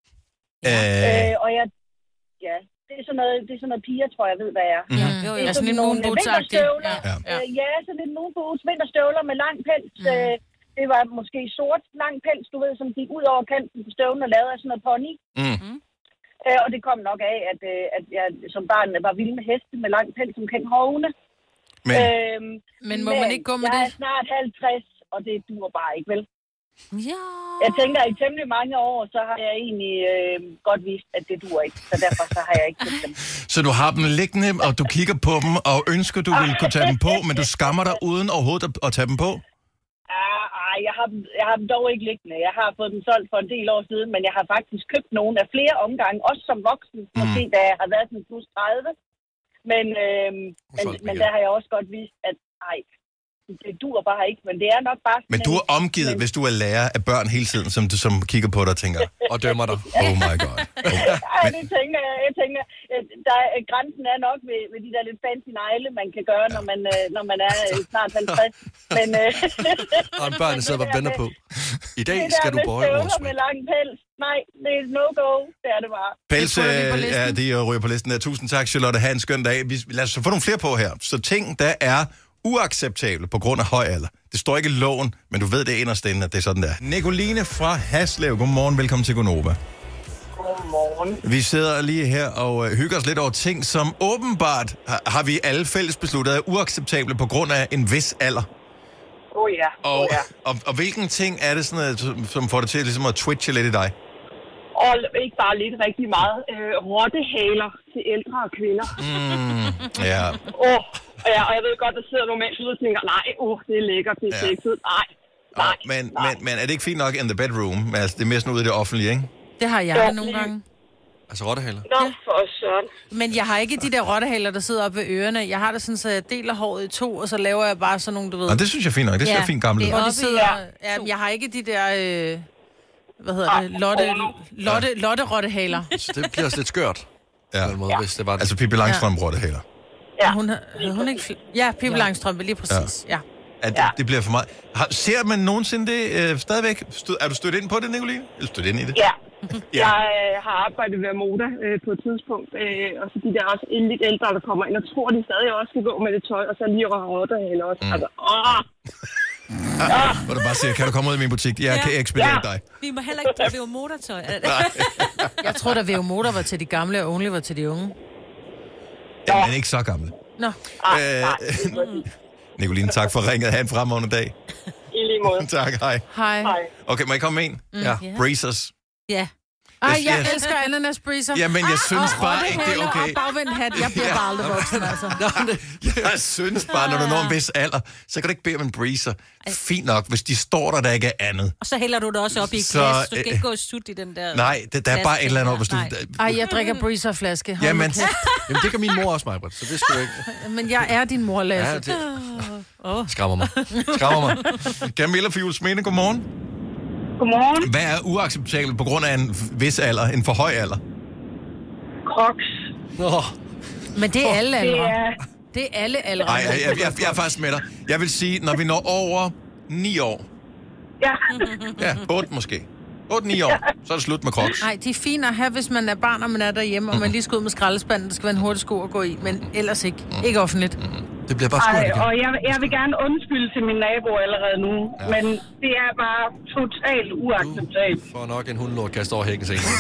Og det er sådan noget piger, tror jeg ved, hvad jeg er. Mm-hmm. Det er sådan nogle vinterstøvler. Ja, sådan lidt moonboots, vinterstøvler med lang pels. Det var måske sort lang pels, du ved, som gik ud over kanten på støvlen og lavede af sådan noget pony. Og det kom nok af, at jeg som barn var vild med heste med lang pels omkring hovene. Men må man ikke gå med det? Jeg er snart 50, og det duer bare ikke, vel? Ja. Jeg tænker, at i temmelig mange år, så har jeg egentlig godt vist, at det duer ikke. Så derfor så har jeg ikke købt dem. Så du har dem liggende, og du kigger på dem, og ønsker, du ville kunne tage dem på, men du skammer dig uden overhovedet at tage dem på? Jeg har dem dog ikke liggende. Jeg har fået dem solgt for en del år siden, men jeg har faktisk købt nogle af flere omgange, også som voksen, måske da jeg har været sådan plus 30. Men der har jeg også godt vist, at det duer bare ikke, men det er nok bare... Men du er omgivet, hvis du er lærer af børn hele tiden, som kigger på dig og tænker, og dømmer dig. Oh my god. Det tænker jeg. Jeg tænker, grænsen er nok ved de der lidt fancy negle, man kan gøre, når man er snart 50. Men, og en børn sidder og venter på. I dag skal du bøje vores med lang pels. Nej, det er no-go. Det er det bare. Pels, det ryger på listen. Tusind tak, Charlotte. Ha' en skøn dag. Lad os få nogle flere på her. Så ting, der er uacceptable på grund af høj alder. Det står ikke i loven, men du ved det inderst inde, at det er sådan der. Nicoline fra Haslev. Godmorgen, velkommen til Gonova. Godmorgen. Vi sidder lige her og hygger os lidt over ting, som åbenbart har vi alle fælles besluttet er uacceptable på grund af en vis alder. Og hvilken ting er det, sådan, som får dig til ligesom at twitche lidt i dig? Og ikke bare lidt, rigtig meget. Rottehaler til ældre og kvinder. Ja. Og jeg ved godt, der sidder nogle mennesker og tænker, nej, det er lækkert, det er sexet. Nej. Men er det ikke fint nok in the bedroom? Altså, det er mere sådan ude i det offentlige, ikke? Det har jeg nogle gange. Altså rottehaler? Nå, for sådan. Men jeg har ikke de der rottehaler, der sidder oppe ved ørerne. Jeg har det sådan, så jeg deler håret i to, og så laver jeg bare sådan nogle, du ved... Og det synes jeg er fint nok. Det ser fint gammelt ud. Og de sidder... jeg har ikke de der... hvad hedder det? Lotte-rottehaler. Så det bliver også lidt skørt. Ja. Måde, hvis det var det. Altså Pippi Langstrømpe-rottehaler. Ja. Hun ikke... Ja, Pippi Langstrømpe, lige præcis. Ja. Det bliver for meget. Ser man nogensinde det stadigvæk? Er du stødt ind på det, Nicoline? Eller stødt ind i det? Ja. Jeg har arbejdet ved Moda på et tidspunkt, og så de der også lidt ældre, der kommer ind og tror, de stadig også skal gå med det tøj, og så lige rottehaler også. Altså, Hvor du bare siger, kan du komme ud i min butik? Jeg kan ekspedere dig. Vi må heller ikke bruge Veomoda-tøj. Jeg tror, at Veomoda var til de gamle, og Only var til de unge. Ja, men ikke så gamle. Nå. Nicoline, tak for ringet. Ha' en fremragende dag. I lige måde. Tak, hej. Hej. Okay, må jeg komme med en? Ja. Breezers. Ja. Jeg elsker ananas breezer. Jamen, jeg synes bare ikke, det er okay. Og bagvendt hat. Jeg bliver bare aldrig voksen, altså. Jeg synes bare, når du når en vis alder, så kan du ikke bede om en breezer. Fint nok, hvis de står der ikke er andet. Og så hælder du det også op i et glas. Du skal ikke gå sut i den der... Nej, der er bare et eller andet over, hvis du... Jeg drikker breezerflaske. Jamen, det kan min mor også, Majbert, så det skulle ikke... Men jeg er din mor, Lasse. Ja, skræmmer mig. Camilla fra Juelsminde, godmorgen. Godmorgen. Hvad er uacceptabelt på grund af en vis alder, en for høj alder? Crocs. Men det er alle aldre. Det er alle aldre. Nej, jeg er faktisk med dig. Jeg vil sige, når vi når over 9 år. Ja, 8 måske. 8-9 år, så er det slut med Crocs. Nej, de er fine at have, hvis man er barn, og man er derhjemme, og man lige skal ud med skraldespanden. Det skal være en hurtig sko at gå i, men ellers ikke. Ikke offentligt. Det bliver bare skørt igen. Og jeg vil gerne undskylde til min nabo allerede nu, men det er bare totalt uacceptabelt. Du får nok en hundelort kastet over hækken senere.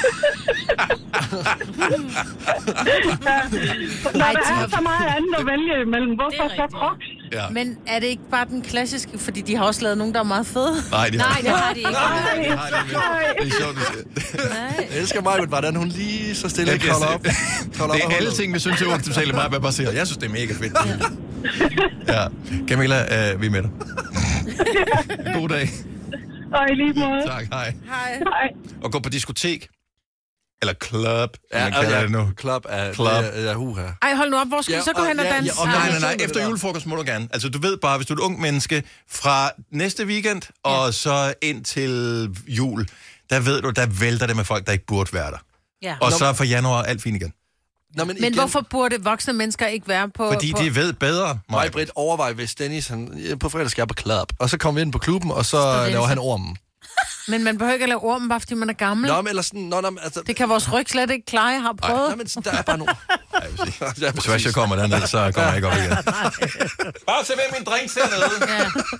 Nej, der er så meget andet at vælge imellem. Hvorfor så Crocs? Ja. Men er det ikke bare den klassiske, fordi de har også lavet nogen, der er meget fede? Nej, det har de ikke. Det er sjovt, du siger. Jeg elsker mig, hvordan hun lige så stille kolder op. Det er alle ting, vi synes er uacceptabelt, mig, hvad jeg bare siger. Jeg synes, det er mega fedt. Ja. Camilla, vi er med dig. God dag. Og i lige måde. Tak, hej. Hej. Og gå på diskotek. Eller club, man kalder det nu. Club er huha. Ej, hold nu op, hvor skal vi så gå hen og danse? Nej, efter julefrokost må du gerne. Altså, du ved bare, hvis du er et ung menneske, fra næste weekend, og så ind til jul, der ved du, der vælter det med folk, der ikke burde være der. Ja. Og så for januar, alt fint igen. Nå, men hvorfor burde voksne mennesker ikke være på... Fordi de ved bedre. Britt overvej, hvis Dennis han, på fredag skal på club, og så kommer vi ind på klubben, og så laver han ormen. Men man behøver ikke at lave ormen, bare fordi man er gammel. Nå, men eller sådan... altså... Det kan vores ryg slet ikke klare, jeg har prøvet. Nej, men der er bare nogle... Hvis jeg kommer derned, så kommer jeg ikke op igen. Bare server min drink dernede.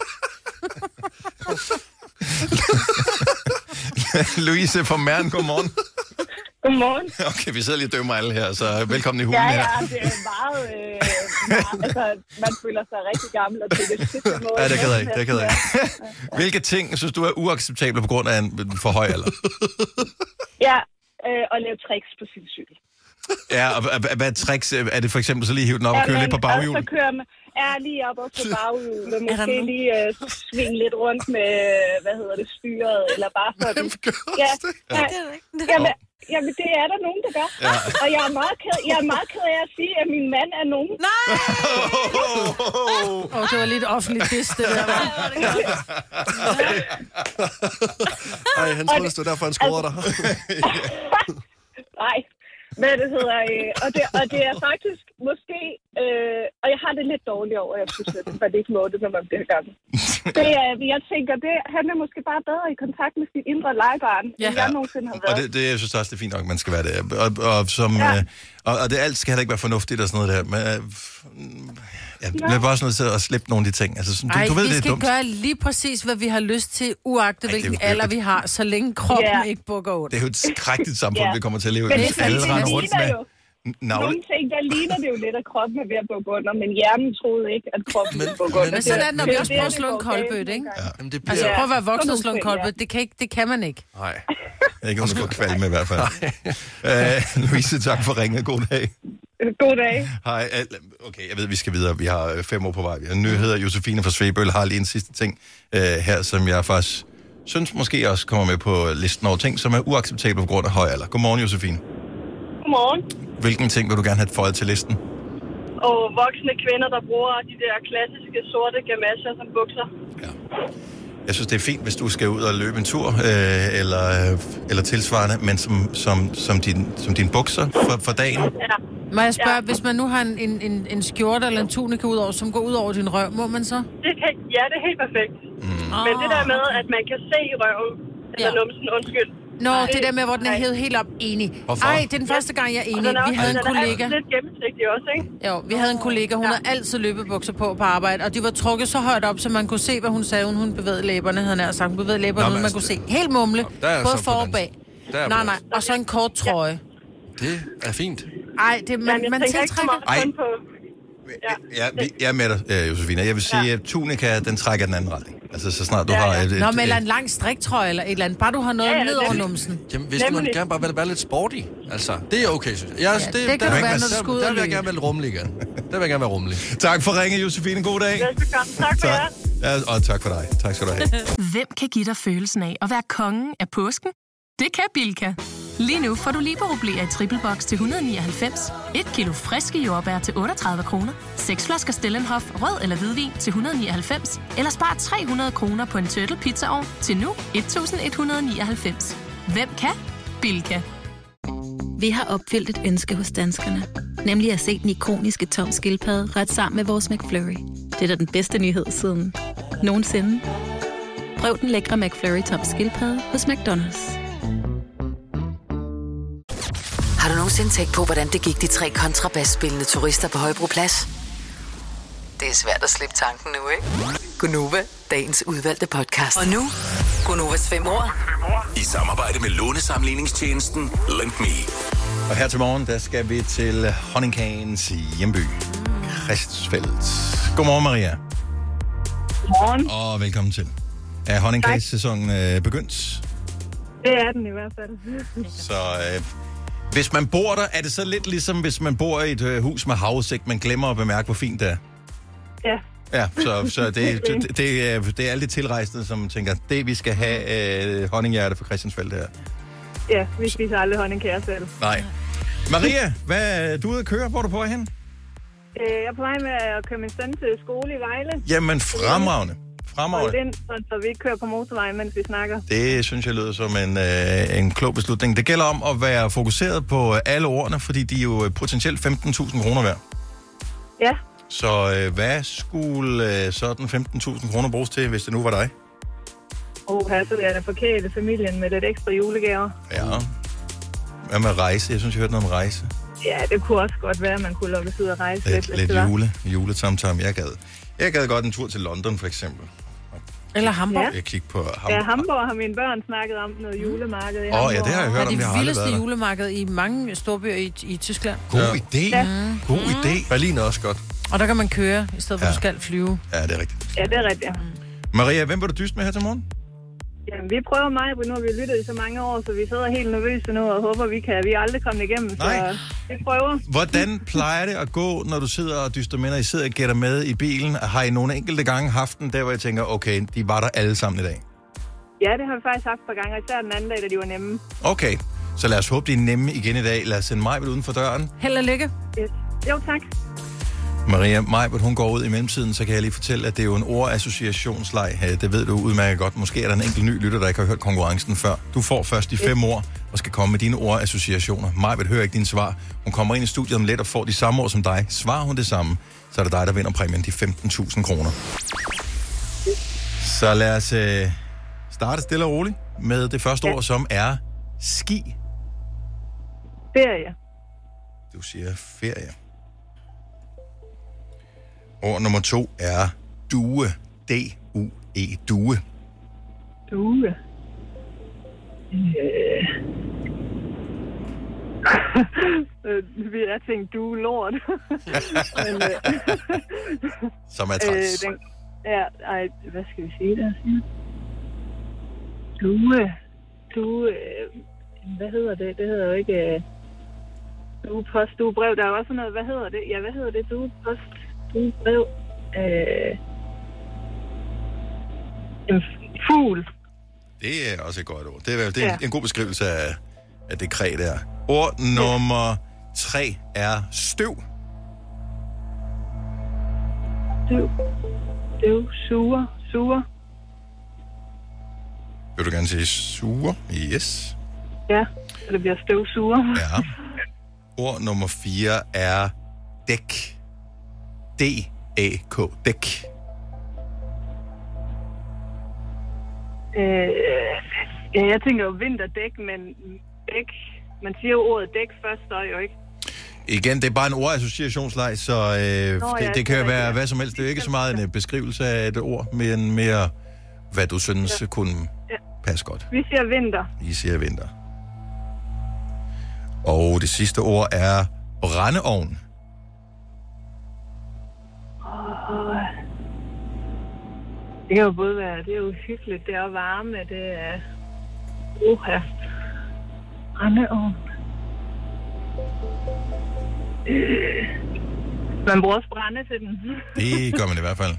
Ja. Louise fra Mern, godmorgen. Godmorgen. Okay, vi sidder lige og dømmer alle her, så velkommen i hulen her. Ja, det er meget Altså, man føler sig rigtig gammel og tænker, shit, det må... Ja, det er ked af. Hvilke ting synes du er uacceptable på grund af en for høj alder? Ja, at lave tricks på sin cykel. Ja, og hvad er tricks? Er det for eksempel så lige hive den op og køre lidt på baghjul? Så kører man lige op og på baghjul, og måske lige svinge lidt rundt med, styret, eller bare sådan. Jamen, det er der nogen, der gør. Ja. Og jeg er meget ked af at sige, at min mand er nogen. Nej! Det var lidt offentligt diss, det der. Ej, han troede, det stod derfor, han scorede dig. Nej. Hvad det hedder, og det er faktisk måske, og jeg har det lidt dårligt over, jeg synes, at det ikke må det, når man bliver gammel. Jeg tænker, han er måske bare bedre i kontakt med sit indre legebarn, end jeg nogensinde har været. Og det jeg synes også, det er fint nok, man skal være det. Og det alt skal heller ikke være fornuftigt og sådan noget der. Men jeg er bare også nødt til at slippe nogle af de ting. Altså, du ved, vi det er skal dumt. gøre lige præcis, hvad vi har lyst til, uagtet hvilken alder vi har, så længe kroppen ikke bukker under. Det er jo et skrækkeligt samfund, vi kommer til at leve i. Men Alle render rundt med nogle ting, der ligner det jo lidt, at kroppen er ved at bukke under, men hjernen troede ikke, at kroppen ville bukke under. Men sådan er det, når vi også prøver at slå en koldbøtte, ikke? Ja. Altså, prøv at være voksen og slå en koldbøtte. Det kan man ikke. Nej. Ikke under for kvalme i hvert fald. Louise, tak for ringet. God dag. God dag. Hej. Okay, jeg ved, vi skal videre. Vi har 5 år på vej. Vi har nyheder. Josefine fra Svebøl har lige en sidste ting her, som jeg faktisk synes måske også kommer med på listen over ting, som er uacceptable på grund af høj alder. Godmorgen, Josefine. Godmorgen. Hvilken ting vil du gerne have føjet til listen? Og voksne kvinder, der bruger de der klassiske sorte gamasjer som bukser. Ja. Jeg synes, det er fint, hvis du skal ud og løbe en tur, eller tilsvarende, men som din bukser for dagen. Ja. Må jeg spørge, hvis man nu har en skjorte eller en tunika ud over, som går ud over din røv, må man så? Det er helt perfekt. Men det der med, at man kan se røven, eller numsen, undskyld. Det der med, hvor den er hævet helt op, enig. Hvorfor? Ej, det er den første gang, jeg er enig. Vi havde en kollega. Den er lidt gennemsigtig også, ikke? Jo, vi havde en kollega, hun havde altid løbebukser på arbejde, og de var trukket så højt op, så man kunne se, hvad hun sagde. Hun bevægede læberne, havde nær sagt. Hun bevægede læberne, uden man kunne se. Helt mumle, både for og bag. Nej, og så en kort trøje. Det er fint. Ej, man tiltrækker... Jeg er med dig, Josefine. Jeg vil sige, at tunika, den trækker den anden retning. Altså, så snart du har... eller en lang striktrøje eller et eller andet. Bare du har noget ned over numsen. Jamen, hvis du gerne bare være lidt sporty. Altså, det er okay, synes jeg. Det kan du være, når du skal ud og Der vil jeg gerne være lidt rummelig igen. Der vil jeg gerne være rummelig. Tak for ringe, Josefine. God dag. Tak for jer. Ja, og tak for dig. Tak skal du have. Hvem kan give dig følelsen af at være kongen af påsken? Det kan Bilka. Lige nu får du Liberobleer i triple box til 199, 1 kilo friske jordbær til 38 kroner, 6 flasker Stellenhof rød eller hvidvin til 199, eller spar 300 kroner på en Turtle Pizzaovn til nu 1199. Hvem kan? Bilka. Vi har opfyldt et ønske hos danskerne, nemlig at se den ikoniske Tom Skildpadde ret sammen med vores McFlurry. Det er da den bedste nyhed siden nogensinde. Prøv den lækre McFlurry Tom Skildpadde hos McDonald's. Har du nogensinde tænkt på, hvordan det gik de 3 kontrabasspillende turister på Højbroplads? Det er svært at slippe tanken nu, ikke? Gunova, dagens udvalgte podcast. Og nu, Gunovas 5 år. I samarbejde med lånesamligningstjenesten Lend Me. Og her til morgen, der skal vi til honningkagens hjemby, Christensfeldt. Godmorgen, Maria. Godmorgen. Og velkommen til. Er honningkagssæsonen begyndt? Det er den i hvert fald. Så hvis man bor der, er det så lidt ligesom, hvis man bor i et hus med havudsigt, man glemmer at bemærke, hvor fint det er? Ja. Ja, så det er alle de tilrejsende, som tænker, det vi skal have honninghjerte for Christiansfeldt her. Ja, vi spiser aldrig honningkager selv. Nej. Maria, hvad du ude at køre? Hvor er du på hen? Jeg er på vej med at køre min søn til skole i Vejle. Jamen, fremragende. Så vi ikke kører på motorvejen, mens vi snakker. Det synes jeg lyder som en klog beslutning. Det gælder om at være fokuseret på alle ordene, fordi de er jo potentielt 15.000 kroner værd. Ja. Så hvad skulle sådan 15.000 kroner bruges til, hvis det nu var dig? Her så vil jeg da forkæle familien med lidt ekstra julegaver. Ja. Hvad med rejse? Jeg synes, jeg hørte noget om rejse. Ja, det kunne også godt være, at man kunne lukke ud og rejse lidt juletamtam. Jeg gad godt en tur til London, for eksempel. Eller Hamburg. Jeg kigger på Hamburg. Ja, Hamburg har mine børn snakket om noget julemarked i Hamburg. Ja, det har jeg hørt om. Det er det vildeste julemarked i mange storbyer i Tyskland. God idé. God idé. Berlin er også godt. Og der kan man køre, i stedet for at du skal flyve. Ja, det er rigtigt. Ja, det er rigtigt, ja. Maria, hvem vil du dyste med her til morgen? Jamen, vi prøver mig, for nu har vi lyttet i så mange år, så vi sidder helt nervøse nu og håber, vi kan. Vi er aldrig kommet igennem, så vi prøver. Hvordan plejer det at gå, når du sidder og dyster med, når I sidder og gætter med i bilen? Har I nogle enkelte gange haft den der, hvor jeg tænker, okay, de var der alle sammen i dag? Ja, det har vi faktisk haft et par gange, især den anden dag, da de var nemme. Okay, så lad os håbe, de er nemme igen i dag. Lad os sende Majbert uden for døren. Held og lykke. Yes. Jo, tak. Maria, Majbert, hun går ud i mellemtiden, så kan jeg lige fortælle, at det er jo en ordassociationsleg. Det ved du udmærket godt. Måske er der en enkelt ny lytter, der ikke har hørt konkurrencen før. Du får først de 5 ord og skal komme med dine ordassociationer. Majbert hører ikke dine svar. Hun kommer ind i studiet om lidt og får de samme ord som dig. Svarer hun det samme, så er det dig, der vinder præmien, de 15.000 kroner. Så lad os starte stille og roligt med det første ord, som er ski. Ferie. Du siger ferie. Ord nummer 2 er due. D-U-E. Due. Due. Jeg tænkte, du er lort. Men, som er træls. Hvad skal vi sige der? Due. Hvad hedder det? Det hedder jo ikke duepost, duebrev. Der er jo også noget, hvad hedder det? Ja, hvad hedder det? Duepost, duebrev. En fugl. Det er også et godt ord. Det er en god beskrivelse af det kræ der. Ord nummer 3 er støv. Støv. Suger. Vil du gerne sige suger? Yes. Ja, så det bliver støvsuger. Ja. Ord nummer 4 er dæk. D-A-K. Dæk. Jeg tænker jo vinterdæk, men dæk. Man siger jo ordet dæk først, så jo ikke. Igen, det er bare en ordassociationsleg, så det kan jo være hvad som helst. Det er ikke så meget en beskrivelse af et ord, men mere, hvad du synes kunne passe godt. Vi siger vinter. I siger vinter. Og det sidste ord er brændeovn. Det kan jo både være, det er jo hyggeligt, det er varme, det er brændeovn. Man bruger også brænde til den. Det gør man i hvert fald.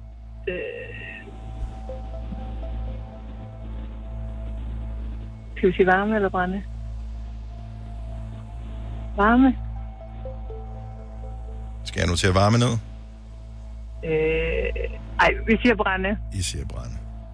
Skal vi sige varme eller brænde? Varme. Skal jeg notere varme ned? Vi siger brænde. I siger brænde.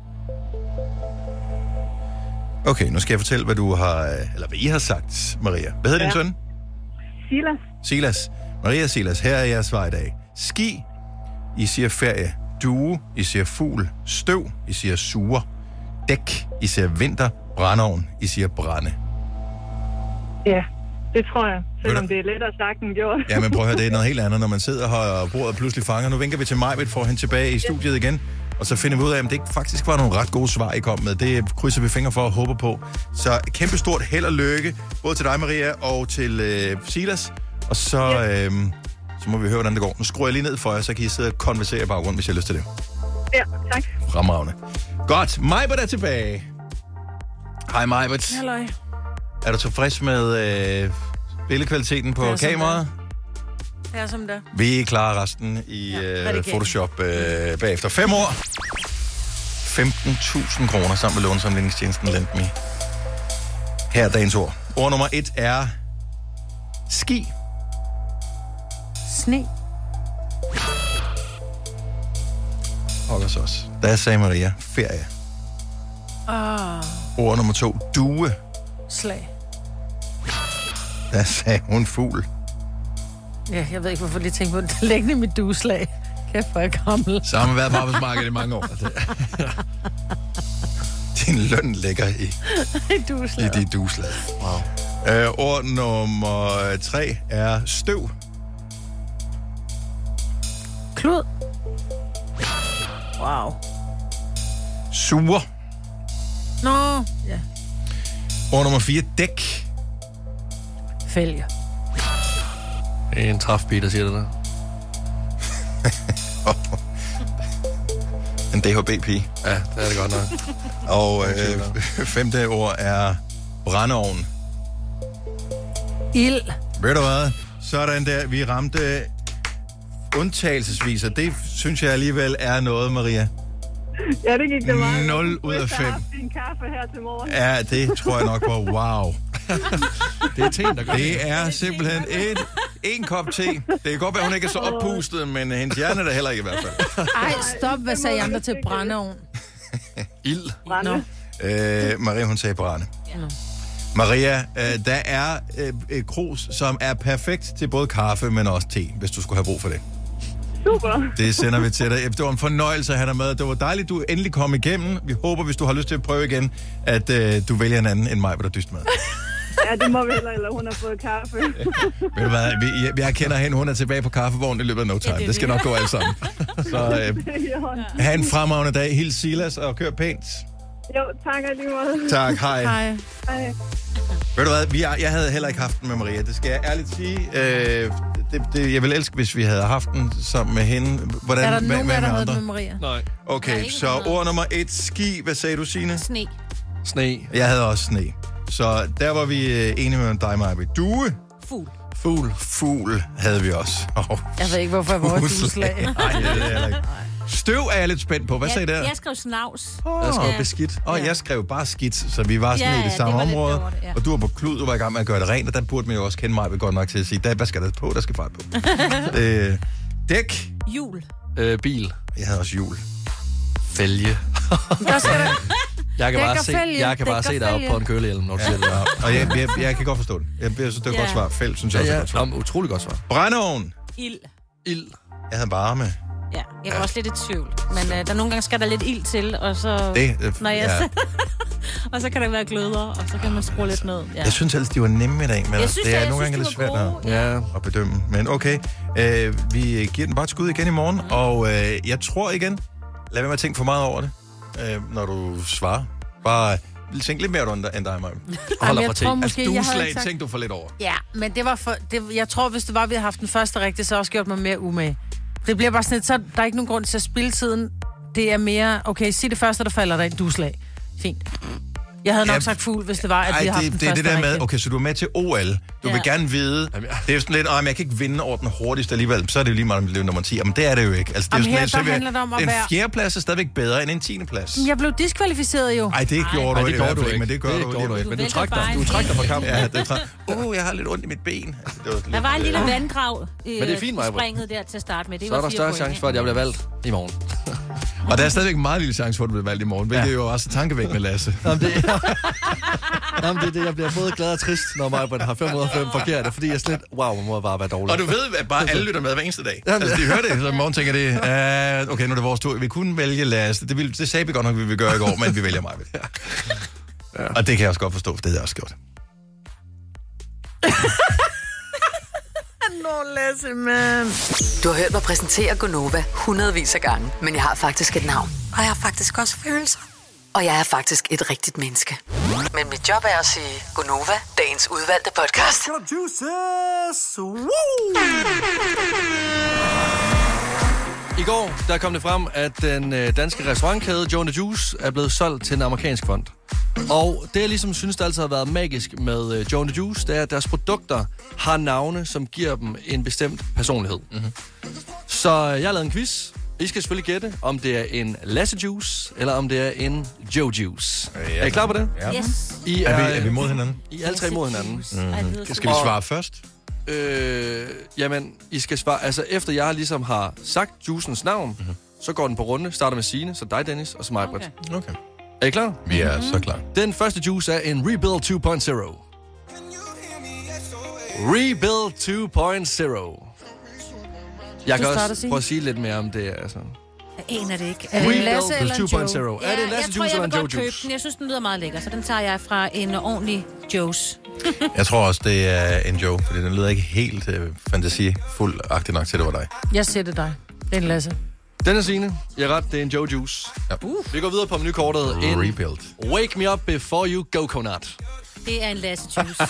Okay, nu skal jeg fortælle, hvad du har, eller hvad I har sagt, Maria. Hvad hedder din søn? Silas. Maria Silas, her er jeres svar i dag. Ski, I siger ferie. Due, I siger fugl. Støv, I siger suger. Dæk, I siger vinter. Brændeovn, I siger brænde. Ja, det tror jeg. Selvom det er lettere sagt end gjort. Ja, men prøv at høre, det er noget helt andet, når man sidder her og bordet pludselig fanger. Nu vinker vi til Majbert for hende tilbage i studiet igen. Og så finder vi ud af, om det faktisk var nogle ret gode svar, I kom med. Det krydser vi fingre for og håber på. Så kæmpestort held og lykke, både til dig, Maria, og til Silas. Og så må vi høre, hvordan det går. Nu skruer jeg lige ned for jer, så kan I sidde og konversere i baggrunden, hvis jeg har lyst til det. Ja, tak. Fremragende. Godt, Majbert er tilbage. Hej, Majbert. Halløj. Er du tilfreds med billedkvaliteten på kameraet? Det er som det. Vi klarer resten i Photoshop bagefter. 5 år. 15.000 kroner sammen med lånesamligningstjenesten LendMe. Her er dagens ord. Ord nummer 1 er ski. Sne. Hold os også. Der sagde Maria ferie. Ord nummer 2, due. Slag. Der sagde hun fugl. Ja, jeg ved ikke, hvorfor jeg tænkte på det. Læg i mit dueslag. Kæft, hvor er jeg gammel. Så har man været på arbejdsmarkedet i mange år. Din løn ligger i dit dueslag. Wow. Ord nummer 3 er støv. Klud. Wow. Suger. Nå, ja. Ord nummer 4, dæk. Fælge. Det er en træfbil, der siger det der. En DHB-pige. Ja, det er det godt nok. Og femte ord er brændeovn. Ild. Ved du hvad? Sådan der, vi ramte undtagelsesvis, og det synes jeg alligevel er noget, Maria. Ja, det gik det meget. 0 ud af 5. Jeg har haft en kaffe her til morgen. Ja, det tror jeg nok på. Wow. Det er teen, der gør det. Er simpelthen en kop te. Det kan godt være, hun ikke er så oppustet, men hendes hjerne er der heller ikke i hvert fald. Ej, stop. Hvad sagde jeg andre til brændeovn? Ild. Brænde. Maria, hun sagde brænde. Ja. Maria, der er et krus, som er perfekt til både kaffe, men også te, hvis du skulle have brug for det. Super. Det sender vi til dig. Det var en fornøjelse at have dig med. Det var dejligt, du endelig kom igennem. Vi håber, hvis du har lyst til at prøve igen, at du vælger en anden end mig, hvad der dyst med. Ja, det må vi heller, eller hun har fået kaffe. Ved du hvad, jeg kender hende, hun er tilbage på kaffevognen i løbet af no time. Det skal nok gå alt sammen. Så have en fremragende dag. Hils Silas og kør pænt. Jo, tak lige meget. Tak, hej. Hej. Hej. Ved du hvad, jeg havde heller ikke haft den med Maria. Det skal jeg ærligt sige. Jeg ville elske, hvis vi havde haft den sammen med hende. Hvordan, er der nogen, der med har andre? med Maria? Nej. Okay, så ord nummer 1, ski. Hvad sagde du, Signe? Sne. Sne. Jeg havde også sne. Så der var vi enige med dig, Maja. Due. Fugl. Fugl havde vi også. Jeg ved ikke, hvorfor jeg var dueslag. Nej, det er heller ikke. Støv er jeg lidt spændt på. Hvad sagde der? Jeg skrev snavs. Jeg skrev beskidt. Jeg skrev bare skidt, så vi var sådan i det samme område. Ja. Og du var på klud, du var i gang med at gøre det rent, og der burde man jo også kende mig godt nok til at sige, hvad skal der på? Der skal fart på. Dæk. Jul. Bil. Jeg havde også jul. Fælge. Jeg kan bare se dig op på en kølehjelm, når du siger det. Og jeg kan godt forstå det. Jeg synes, det er et godt svar. Fæld, synes jeg også er godt svar. Utrolig godt svar. Brændeovn. Ild. Jeg havde varme. Ja, jeg var også lidt i tvivl. Men der nogle gange skal der lidt ild til, og så... og så kan der være gløder, og så kan man skrue lidt ned. Ja. Jeg synes ellers, de var nemme i dag, men det er nogle gange lidt svært at bedømme. Men okay, vi giver den bare et skud igen i morgen, og jeg tror igen, lad være med at tænke for meget over det, når du svarer. Bare tænk lidt mere end dig, Maja. Holder for ting. Altså, dueslag tænk du for lidt over. Ja, men det var jeg tror, hvis det var, vi havde haft den første rigtige, så også gjort mig mere umage. Det bliver bare sådan lidt, så der er ikke nogen grund til at spille tiden. Det er mere, okay, sig det første, der falder der en dueslag. Fint. Jeg havde nok sagt fugl, hvis det var, at vi havde haft den første det der med, rigtige. okay, så du er med til OL. Du vil gerne vide, det er jo sådan lidt, jeg kan ikke vinde over den hurtigste alligevel, så er det jo lige meget, om det nummer 10. Men det er det jo ikke. Altså, det er her, sådan lidt, handler det om at være... En fjerdeplads er stadigvæk bedre end en 10. plads. Jeg blev diskvalificeret jo. Nej, det gjorde du ikke, men det gør du ikke. Men du trak dig fra kampen. Ja, det jeg har lidt ondt i mit ben. Altså, der var en lille vandgrav men det er fint, springet der til at starte med. Det så er der større chance for, at jeg bliver valgt i morgen. Og der er stadigvæk meget lille chance for, at du bliver valgt i morgen, hvilket er jo også tankevækkende, Lasse. Jamen, det er det. Jeg bliver både glad og trist, når Majbert har 505 forkerte, fordi jeg slet, man må bare være dårlig. Og du ved, at bare alle lytter med hver eneste dag. Altså, de hører det, så i morgen tænker det, okay, nu er det vores tur. Vi kunne vælge Lasse. Det sagde vi godt nok, vi ville gøre i går, men vi vælger Majbert. Ja. Og det kan jeg også godt forstå, for det har jeg også gjort. Lasse, man. Du har hørt mig præsentere Gonova hundredvis af gange, men jeg har faktisk et navn. Og jeg har faktisk også følelser. Og jeg er faktisk et rigtigt menneske. Men mit job er at sige Gonova, dagens udvalgte podcast. I går, der kom det frem, at den danske restaurantkæde Joe & Juice er blevet solgt til en amerikansk fond. Og det, jeg ligesom synes, der altid har været magisk med Joe & Juice, det er, at deres produkter har navne, som giver dem en bestemt personlighed. Mm-hmm. Så jeg har lavet en quiz. I skal selvfølgelig gætte, om det er en Lasse Juice, eller om det er en Joe Juice. Ja. Er I klar på det? Ja. Yes. Er vi mod hinanden? I er alle tre mod hinanden. Mm-hmm. Skal vi svare først? Jamen, I skal svare... Altså, efter jeg ligesom har sagt juicens navn, så går den på runde. Starter med Signe, så dig, Dennis, og så mig, Britt. Okay. Er I klar? Vi er så klar. Den første juice er en Rebuild 2.0. Rebuild 2.0. Jeg kan også prøve at sige lidt mere om det, altså. En er det ikke. Er det en Lasse eller en Joe? 2.0. Er det en Lasse Juice eller en Joe Juice? Jeg synes, den lyder meget lækker, så den tager jeg fra en ordentlig Joe's. Jeg tror også, det er en Joe, fordi den lyder ikke helt fantasifuld-agtig nok til, det var dig. Jeg siger det dig. Det er en Lasse. Den er Signe. Jeg er ret, det er en Joe Juice. Ja. Vi går videre på menukortet. Rebuild. Wake me up before you go, Conat. Det er en Lasse Juice.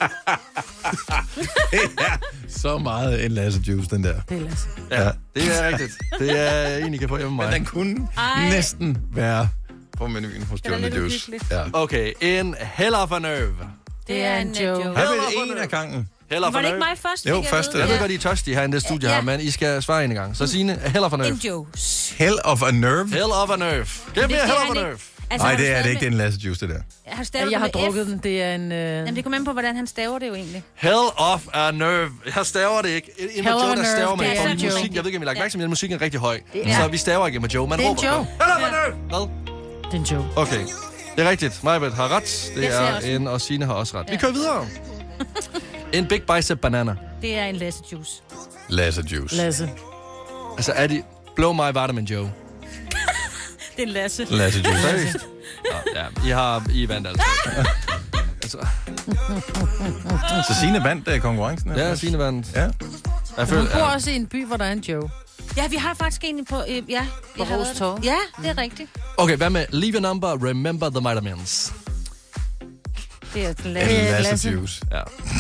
Det er så meget en Lasse Juice, den der. Det er Lasse. Ja, det er rigtigt. Det er en, I kan få hjemme med mig. Men den kunne næsten være på menuen hos Johnny Juice. Ja. Okay, en hell of a nerve. Det er en joke. Har vi en af gangen? Hell of Var a det ikke nerve. mig først? Jo, først. Jeg ved godt, I er tørstige herinde i det studie her, men I skal svare en gang. Så Signe, hell of a nerve. En juice. Hell of a nerve? Hell of a nerve. Giv me a hell of a nerve. Altså, Nej, det er det ikke. Det er en Lasse Juice, det der. Jeg har drukket den. Det er en... Jamen, det kommer an på, hvordan han staver det jo egentlig. Hell of a nerve. Jeg staver det ikke. En Hell of a Joe, der nerve, staver man det for er min Joe. musik. Jeg ved ikke, om I lagt mærke til, men musikken er rigtig høj. Ja. Så vi staver ikke med Joe. Man Det er råber en Joe. Hell of a nerve. Hvad? Det er en joke. Okay. Det er rigtigt. Majbet har ret. Det Jeg ser er også. en, og Signe har også ret. Vi kører videre. En Big Bicep Banana. Det er en Lasse Juice. Lasse Juice. Lasse. Altså, er de... Blow my vitamin, Joe. Det er Lasse. Lasse Juice. Seriøst? Ja, I vandt altså. Så Signe vandt konkurrencen? Ja, Signe vandt. Ja. Jeg Hun bor også i en by, hvor der er en Joe. Ja, vi har faktisk en på... ja, På Ros Torv. Ja, det er rigtigt. Okay, hvad med Leave a number, remember the vitamins? Det er Lasse Juice. Ja.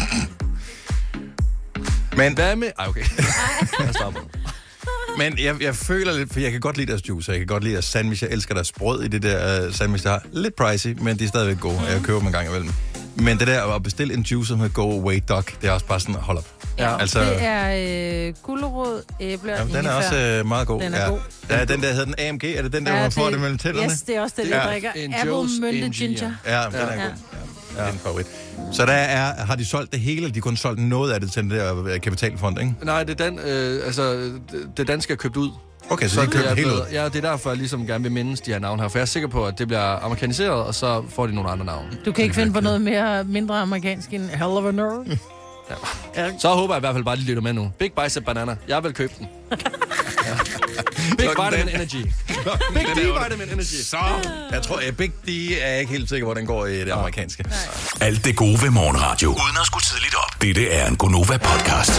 Men hvad med... Ej, okay. Jeg stopper. Men jeg føler lidt, for jeg kan godt lide deres juice, jeg kan godt lide deres sandwich, jeg elsker deres brød i det der sandwich, der har lidt pricey, men de er stadigvæk gode, og jeg køber dem en gang imellem. Men det der at bestille en juice med Go Away Duck, det er også bare sådan, hold op. Ja, altså, det er gulerod, æble og den er også meget god. Den er god. Der er den der hedder den AMG, er det den der, hvor man får det mellem tænderne? Yes, det er også det, jeg drikker. Apple, mynte, ginger. Ja, den er god. Ja, det er en favorit. Så har de solgt det hele, eller de kun solgt noget af det til den der kapitalfond, ikke? Nej, det er det danske er købt ud. Okay, så de køber det hele ud? Ja, det er derfor, jeg ligesom gerne vil mindes de her navne her, for jeg er sikker på, at det bliver amerikaniseret, og så får de nogle andre navne. Du kan ikke finde på noget mindre amerikansk end Hell of a Nerve? Ja. Så håber jeg i hvert fald bare, at de lytter med nu. Big Bicep Banana. Jeg vil købe den. Big Vitamin Energy. Big D Vitamin Energy. Så, jeg tror, Big D er jeg ikke helt sikker, hvor den går i det amerikanske. Alt det gode ved morgenradio. Uden at skulle tidligt op. Dette er en Gonova-podcast.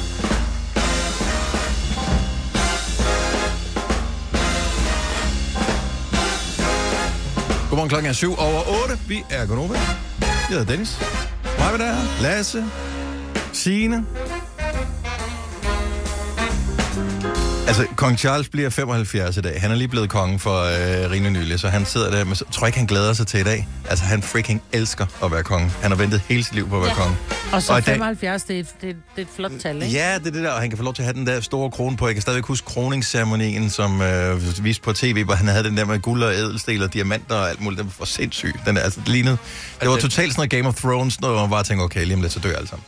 Godmorgen, klokken er 7:07. Vi er Gonova. Jeg hedder Dennis. Mig der, Lasse, Signe. Altså, kong Charles bliver 75 i dag. Han er lige blevet konge for rimelig nylig, så han sidder der, men jeg tror ikke, han glæder sig til i dag. Altså, han freaking elsker at være konge. Han har ventet hele sit liv på at være konge. Og så 75, det er et flot tal, ikke? Ja, det er det der, og han kan få lov til at have den der store krone på. Jeg kan stadigvæk huske kroningsceremonien, som viste på tv, hvor han havde den der med guld og ædelsten og diamanter og alt muligt. Den var sindssyg. Den der, altså, det lignede. Det var totalt sådan noget Game of Thrones, når man bare tænker, okay, lige om lidt, så dør alle sammen.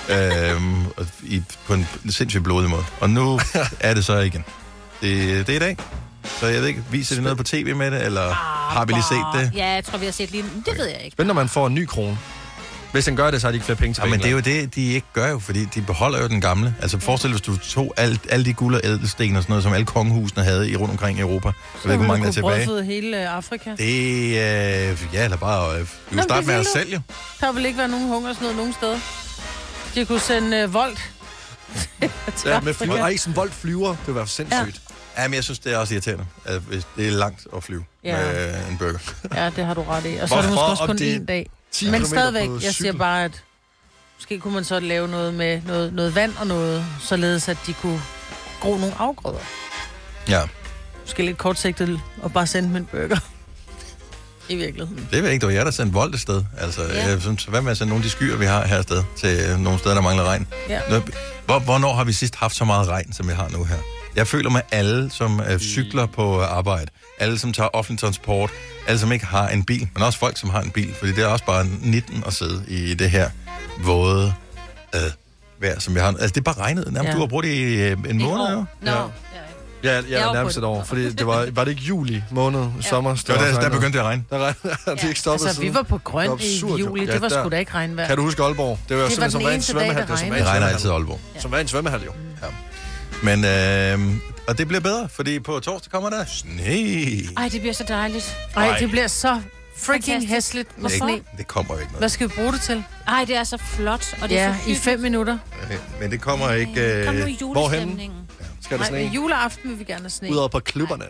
På en sindssygt blodig måde. Og nu er det så igen. Det er i dag. Så jeg ved ikke, viser det noget på tv med det, eller har vi lige set det? Ja, jeg tror, vi har set lige... Det ved jeg ikke. Spændende, når man får en ny krone. Hvis han gør det, så har de ikke flere penge til men det er jo det, de ikke gør jo, fordi de beholder jo den gamle. Altså forestil dig, hvis du tog alle de guld og ædelsten og sådan noget, som alle kongehusene havde rundt omkring i Europa. Jeg ved ikke, hvor mange der er tilbage. Så hele Afrika. Det ja, eller bare... vi vil starte med os selv, jo. Der vil ikke være nogen hungersnød nogen steder. De kunne sende Volt. Ja, med flyver. Ej, sådan Volt flyver. Det vil være sindssygt. Ja. Jamen, jeg synes, det er også irriterende, at det er langt at flyve med en burger. Ja, det har du ret i. Og så er det måske også kun en dag. Men stadigvæk, jeg siger bare, at måske kunne man så lave noget med noget vand og noget, således at de kunne gro nogle afgrøder. Ja. Måske lidt kortsigtet og bare sende dem en burger. I virkeligheden. Det ved jeg ikke, det var jeg, der sendte Volt et sted. Altså, jeg synes, hvad med at sende nogle af de skyer, vi har her sted, til nogle steder, der mangler regn? Ja. Hvornår har vi sidst haft så meget regn, som vi har nu her? Jeg føler med alle, som cykler på arbejde, alle, som tager offentlig transport, alle, som ikke har en bil, men også folk, som har en bil, fordi det er også bare 19 at sidde i det her våde vejr, som vi har. Altså, det er bare regnet. Nærmest, du har brugt det i en måned, jo. No. Ja, jeg er nærmest et år, fordi det var det ikke juli måned, sommer? Der begyndte det at regne. Der regnede, det ikke stoppet altså, vi var på grøn i juli, det var sgu da ikke regnvejr. Kan du huske Aalborg? Det var simpelthen som var en svømmehal. Det regner altid Aalborg. Som var en svømmehal, jo. Ja. Men, og det bliver bedre, fordi på torsdag kommer der sne. Ej, det bliver så dejligt. Ej, det bliver så freaking hæsligt med sne. Det kommer ikke noget. Hvad skal vi bruge det til? Ej, det er så flot, og det er så i 5 minutter. Men det kommer ikke... Kom nu i julestemningen. Skal der sne? Nej, juleaften vil vi gerne have sne. Udover på klubberne.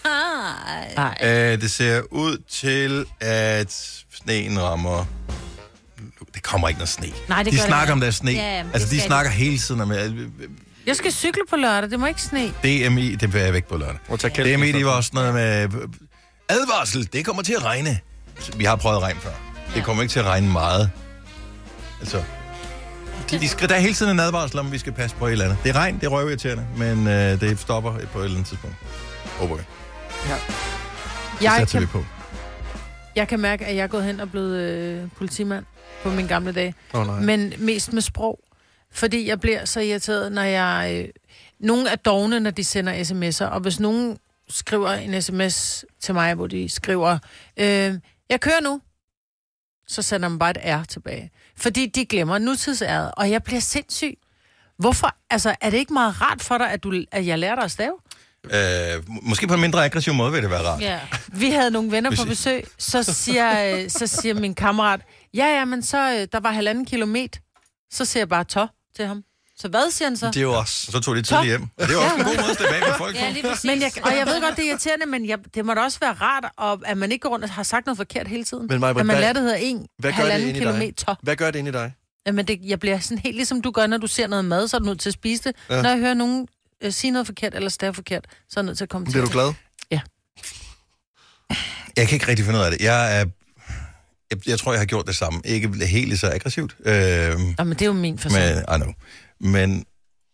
Det ser ud til, at sneen rammer det kommer ikke noget sne. Nej, det de gør snakker det. om deres sne. Ja, altså, de snakker hele tiden om... Jeg skal cykle på lørdag, det må ikke sne. DMI, det er væk på lørdag. DMI, det var også noget med... Advarsel, det kommer til at regne. Vi har prøvet regn før. Det kommer ikke til at regne meget. Altså... Der er hele tiden en advarsel om, vi skal passe på et eller andet. Det er regn, det er røvirriterende, men det stopper på et eller andet tidspunkt. Håber vi. Ja. Jeg kan mærke, at jeg er gået hen og blevet politimand på mine gamle dage. Men mest med sprog. Fordi jeg bliver så irriteret, når jeg... nogle af dovne, når de sender sms'er, og hvis nogen skriver en sms til mig, hvor de skriver, jeg kører nu, så sender man bare et R tilbage. Fordi de glemmer nutidsæret, og jeg bliver sindssyg. Hvorfor? Altså, er det ikke meget rart for dig, at jeg lærer dig at stave? Måske på en mindre aggressiv måde vil det være rart. Ja. Vi havde nogle venner på besøg, så siger min kammerat, men så der var 1,5 kilometer. Så siger jeg bare til ham. Så hvad siger han så? Det er jo også. Så tog de tidligt hjem. Og det er også en god måde at slippe af med folk. Ja, lige præcis. Jeg ved godt, det er irriterende, men det må da også være rart, at man ikke går rundt og har sagt noget forkert hele tiden. Men Maja, at man lærer, det hedder 1,5 kilometer. Hvad gør det inde i dig? Jamen, jeg bliver sådan helt ligesom du gør, når du ser noget mad, så er du nødt til at spise det. Ja. Når jeg hører nogen sige noget forkert eller stave forkert, så er jeg nødt til at komme til det. Bliver du glad? Ja. Jeg kan ikke rigtig finde ud af det. Jeg tror, jeg har gjort det samme. Ikke helt så aggressivt. Men det er jo min forstand. I know. Men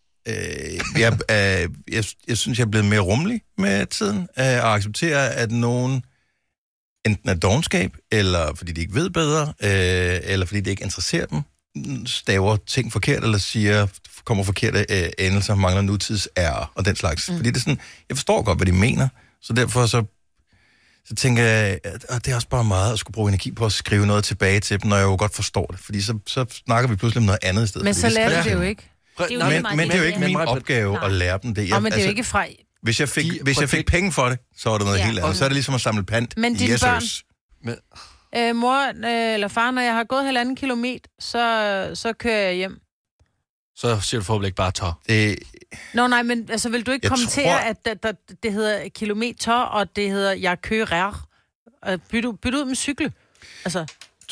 jeg synes, jeg er blevet mere rummelig med tiden, og accepterer, at nogen enten er dovenskab, eller fordi de ikke ved bedre, eller fordi det ikke interesserer dem, staver ting forkert, eller kommer forkerte endelser, mangler nutidsærer og den slags. Fordi det er sådan, jeg forstår godt, hvad de mener, så derfor så tænker jeg, at det er også bare meget at skulle bruge energi på at skrive noget tilbage til dem, når jeg jo godt forstår det. Fordi så snakker vi pludselig om noget andet i stedet. Men så lærer det jo ikke. Men det er jo ikke min opgave at lære dem det. Men det er jo ikke fra... Hvis jeg fik penge for det, så var det noget helt andet. Så er det ligesom at samle pant i dine børn, mor eller far, når jeg har gået 1,5 kilometer, så kører jeg hjem. Så siger du forhåbentlig ikke bare Nej, men altså vil du ikke kommentere, at det hedder kilometer, og det hedder jeg kører? Byt ud med cykel. Altså.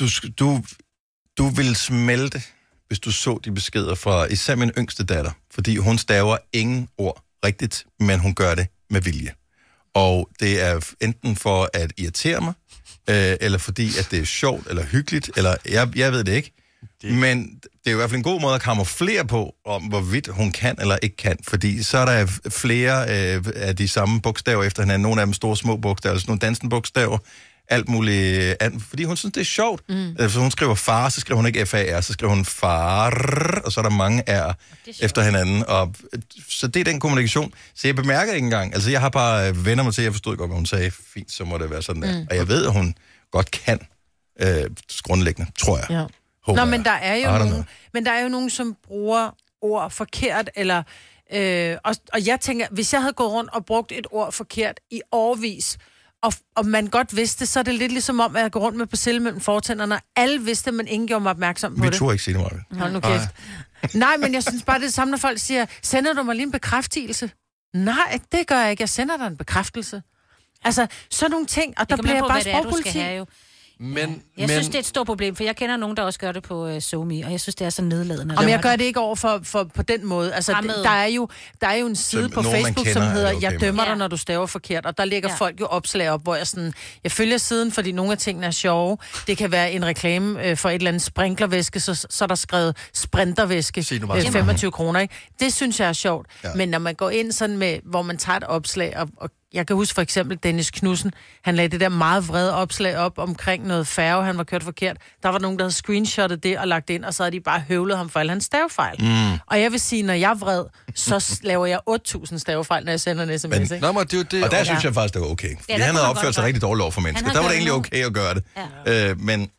Du vil smelte, hvis du så de beskeder fra især min yngste datter, fordi hun staver ingen ord rigtigt, men hun gør det med vilje. Og det er enten for at irritere mig, eller fordi at det er sjovt eller hyggeligt, eller jeg ved det ikke. Men det er jo i hvert fald en god måde at kamuflere på, om hvorvidt hun kan eller ikke kan, fordi så er der flere af de samme bogstaver efter hinanden, nogle af dem store små bogstaver, altså nogle dansende bogstaver, alt muligt andet, fordi hun synes, det er sjovt. Så hun skriver far, så skriver hun ikke F-A-R, så skriver hun far, og så er der mange R efter hinanden, og så det er den kommunikation. Så jeg bemærker ikke engang, altså jeg har bare venner mig til, jeg forstod godt, hvad hun sagde, fint, så må det være sådan der. Og jeg ved, at hun godt kan grundlæggende, tror jeg. Ja. Men der er jo nogen, som bruger ord forkert, eller... og jeg tænker, hvis jeg havde gået rundt og brugt et ord forkert i årevis, og man godt vidste, så er det lidt ligesom om, at jeg går rundt med persille mellem fortænderne, og alle vidste, men ingen gjorde mig opmærksom på det. Vi tror ikke sige det, Maja. Hold nu kæft. Nej, men jeg synes bare, det er det samme, når folk siger, sender du mig lige en bekræftelse? Nej, det gør jeg ikke. Jeg sender dig en bekræftelse. Altså, sådan nogle ting, og der bliver jeg bare sprogpolitik. Jeg synes, det er et stort problem, for jeg kender nogen, der også gør det på SoMe, og jeg synes, det er så nedladende. Men jeg gør det ikke over for på den måde. Altså, der er jo en side på Facebook, som hedder, jeg dømmer dig, når du staver forkert, og der ligger folk jo opslag op, hvor jeg følger siden, fordi nogle af tingene er sjove. Det kan være en reklame for et eller andet sprinklervæske, så er der skrevet sprintervæske, 25 kroner, ikke? Det synes jeg er sjovt. Ja. Men når man går ind sådan med, hvor man tager et opslag, og jeg kan huske for eksempel Dennis Knudsen, han lagde det der meget vrede opslag op omkring noget færge, han var kørt forkert. Der var nogen, der havde screenshottet det og lagt ind, og så havde de bare høvlet ham for alle hans stavefejl. Og jeg vil sige, når jeg er vred, så laver jeg 8.000 stavefejl, når jeg sender en sms. Og der synes jeg faktisk, det var okay. Fordi han havde opført sig rigtig dårligt over for mennesker. Der var det egentlig okay at gøre det. Ja.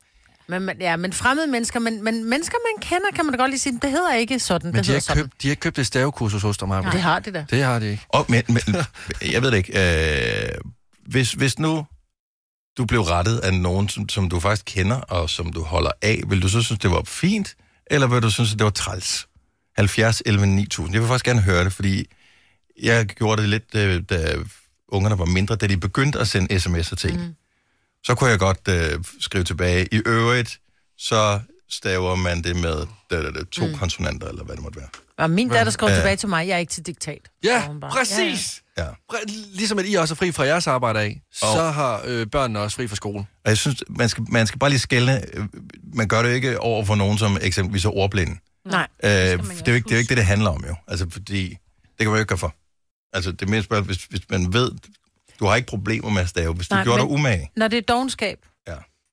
Men fremmede mennesker, men mennesker, man kender, kan man da godt lige sige, det hedder ikke sådan. Men de har ikke købt et stavekursus hos dig, Maja. Det har de da. Det har de ikke. Men jeg ved det ikke. Hvis nu du blev rettet af nogen, som du faktisk kender, og som du holder af, vil du så synes, det var fint, eller vil du synes, det var træls? 70, 11, 9000. Jeg vil faktisk gerne høre det, fordi jeg gjorde det lidt, da ungerne var mindre, da de begyndte at sende sms'er til en. Så kunne jeg godt skrive tilbage. I øvrigt, så staver man det med to konsonanter, eller hvad det måtte være. Og min datter skrev tilbage til mig, jeg er ikke til diktat. Ja, præcis! Ja. Ligesom at I også er fri fra jeres arbejde af, så har børnene også fri fra skole. Og jeg synes, man skal bare lige skelne. Man gør det ikke over for nogen, som eksempelvis er ordblinde. Nej. Det er jo ikke det handler om jo. Altså, fordi det kan man jo ikke gøre for. Altså, det er mere spørgsmål, hvis man ved, du har ikke problemer med at stave. Hvis du gjorde dig umage. Når det er dovenskab. Ja.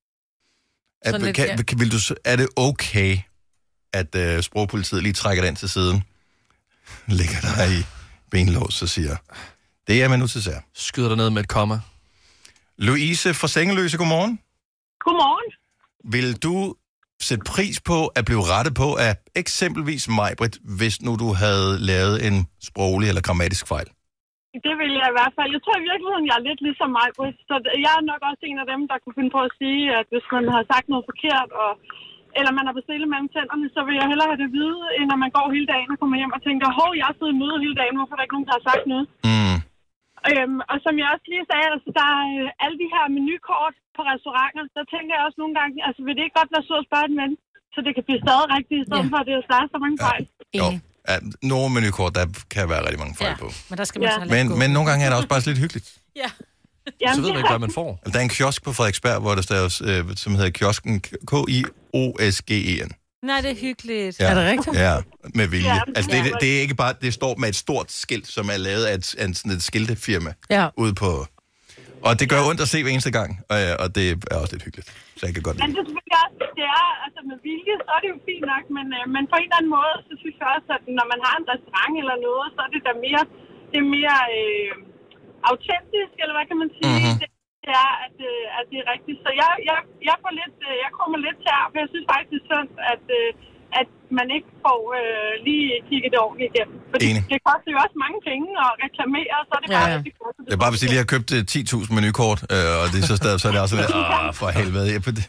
Er det okay, at sprogpolitiet lige trækker den til siden, lægger dig i benlås og siger, det er man nu til sig. Skyder dig ned med et komma. Louise fra Sengeløse, godmorgen. Godmorgen. Vil du sætte pris på at blive rettet på af eksempelvis Maj-Brit, hvis nu du havde lavet en sproglig eller grammatisk fejl? Det vil jeg i hvert fald. Jeg tror i virkeligheden, jeg er lidt ligesom Maj-Brit, så jeg er nok også en af dem, der kunne finde på at sige, at hvis man har sagt noget forkert, eller man har bestilt mellem tænderne, så vil jeg hellere have det at vide, end når man går hele dagen og kommer hjem og tænker, jeg har siddet i møde hele dagen, hvorfor er der ikke nogen, der har sagt noget? Og som jeg også lige sagde, altså, der er alle de her menukort på restauranter, der tænker jeg også nogle gange, altså vil det ikke godt være sød at spørge en ven, så det kan blive stadig rigtigt, i stedet for at det er stadig så mange fejl. Jo. Ja, nogle menukort, der kan være rigtig mange fejl på. Men der skal man men nogle gange er det også bare lidt hyggeligt. Ja. Så ved man ikke, hvad man får. Der er en kiosk på Frederiksberg, hvor der staves, som hedder kiosken Kiosgen. Nej, det er hyggeligt. Ja. Er det rigtigt? Ja, med vilje. Altså, det er ikke bare, det står med et stort skilt, som er lavet af sådan et skiltefirma ude på. Og det gør ondt at se hver eneste gang, og det er også lidt hyggeligt. Så jeg kan godt lide. Men det er altså med vilje, så er det jo fint nok, men på en eller anden måde, så synes jeg også, at når man har en restaurant eller noget, så er det der mere, autentisk, eller hvad kan man sige? Mm-hmm. Det er, at det er rigtigt. Så jeg kommer lidt til for jeg synes faktisk, det er synd, at man ikke får lige kigget det ordentligt igennem. Fordi det koster jo også mange penge at reklamere, så er det bare rigtig godt. Det er bare, hvis I lige har købt 10.000 menukort, og det er så stadig, så er det også lidt, for helvede.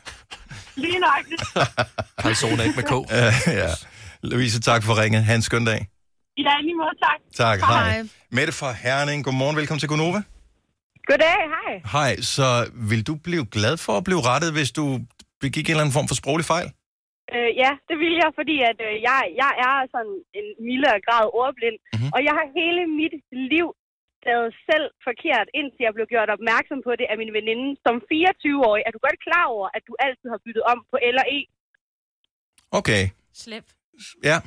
Lige nøjagtigt. Calzone ikke med K. Ja. Louise, tak for ringet. Ha' en skøn dag. Ja, lige måde, tak. Tak, hej. Mette fra Herning, godmorgen. Velkommen til Gonova. Goddag, hej. Hej, så vil du blive glad for at blive rettet, hvis du begik en eller anden form for sproglig fejl? Ja, det vil jeg, fordi at, jeg er sådan en mildere grad ordblind, og jeg har hele mit liv stadig selv forkert, indtil jeg blev gjort opmærksom på det af min veninde som 24-årig. Er du godt klar over, at du altid har byttet om på L og E? Okay. Slip. Ja,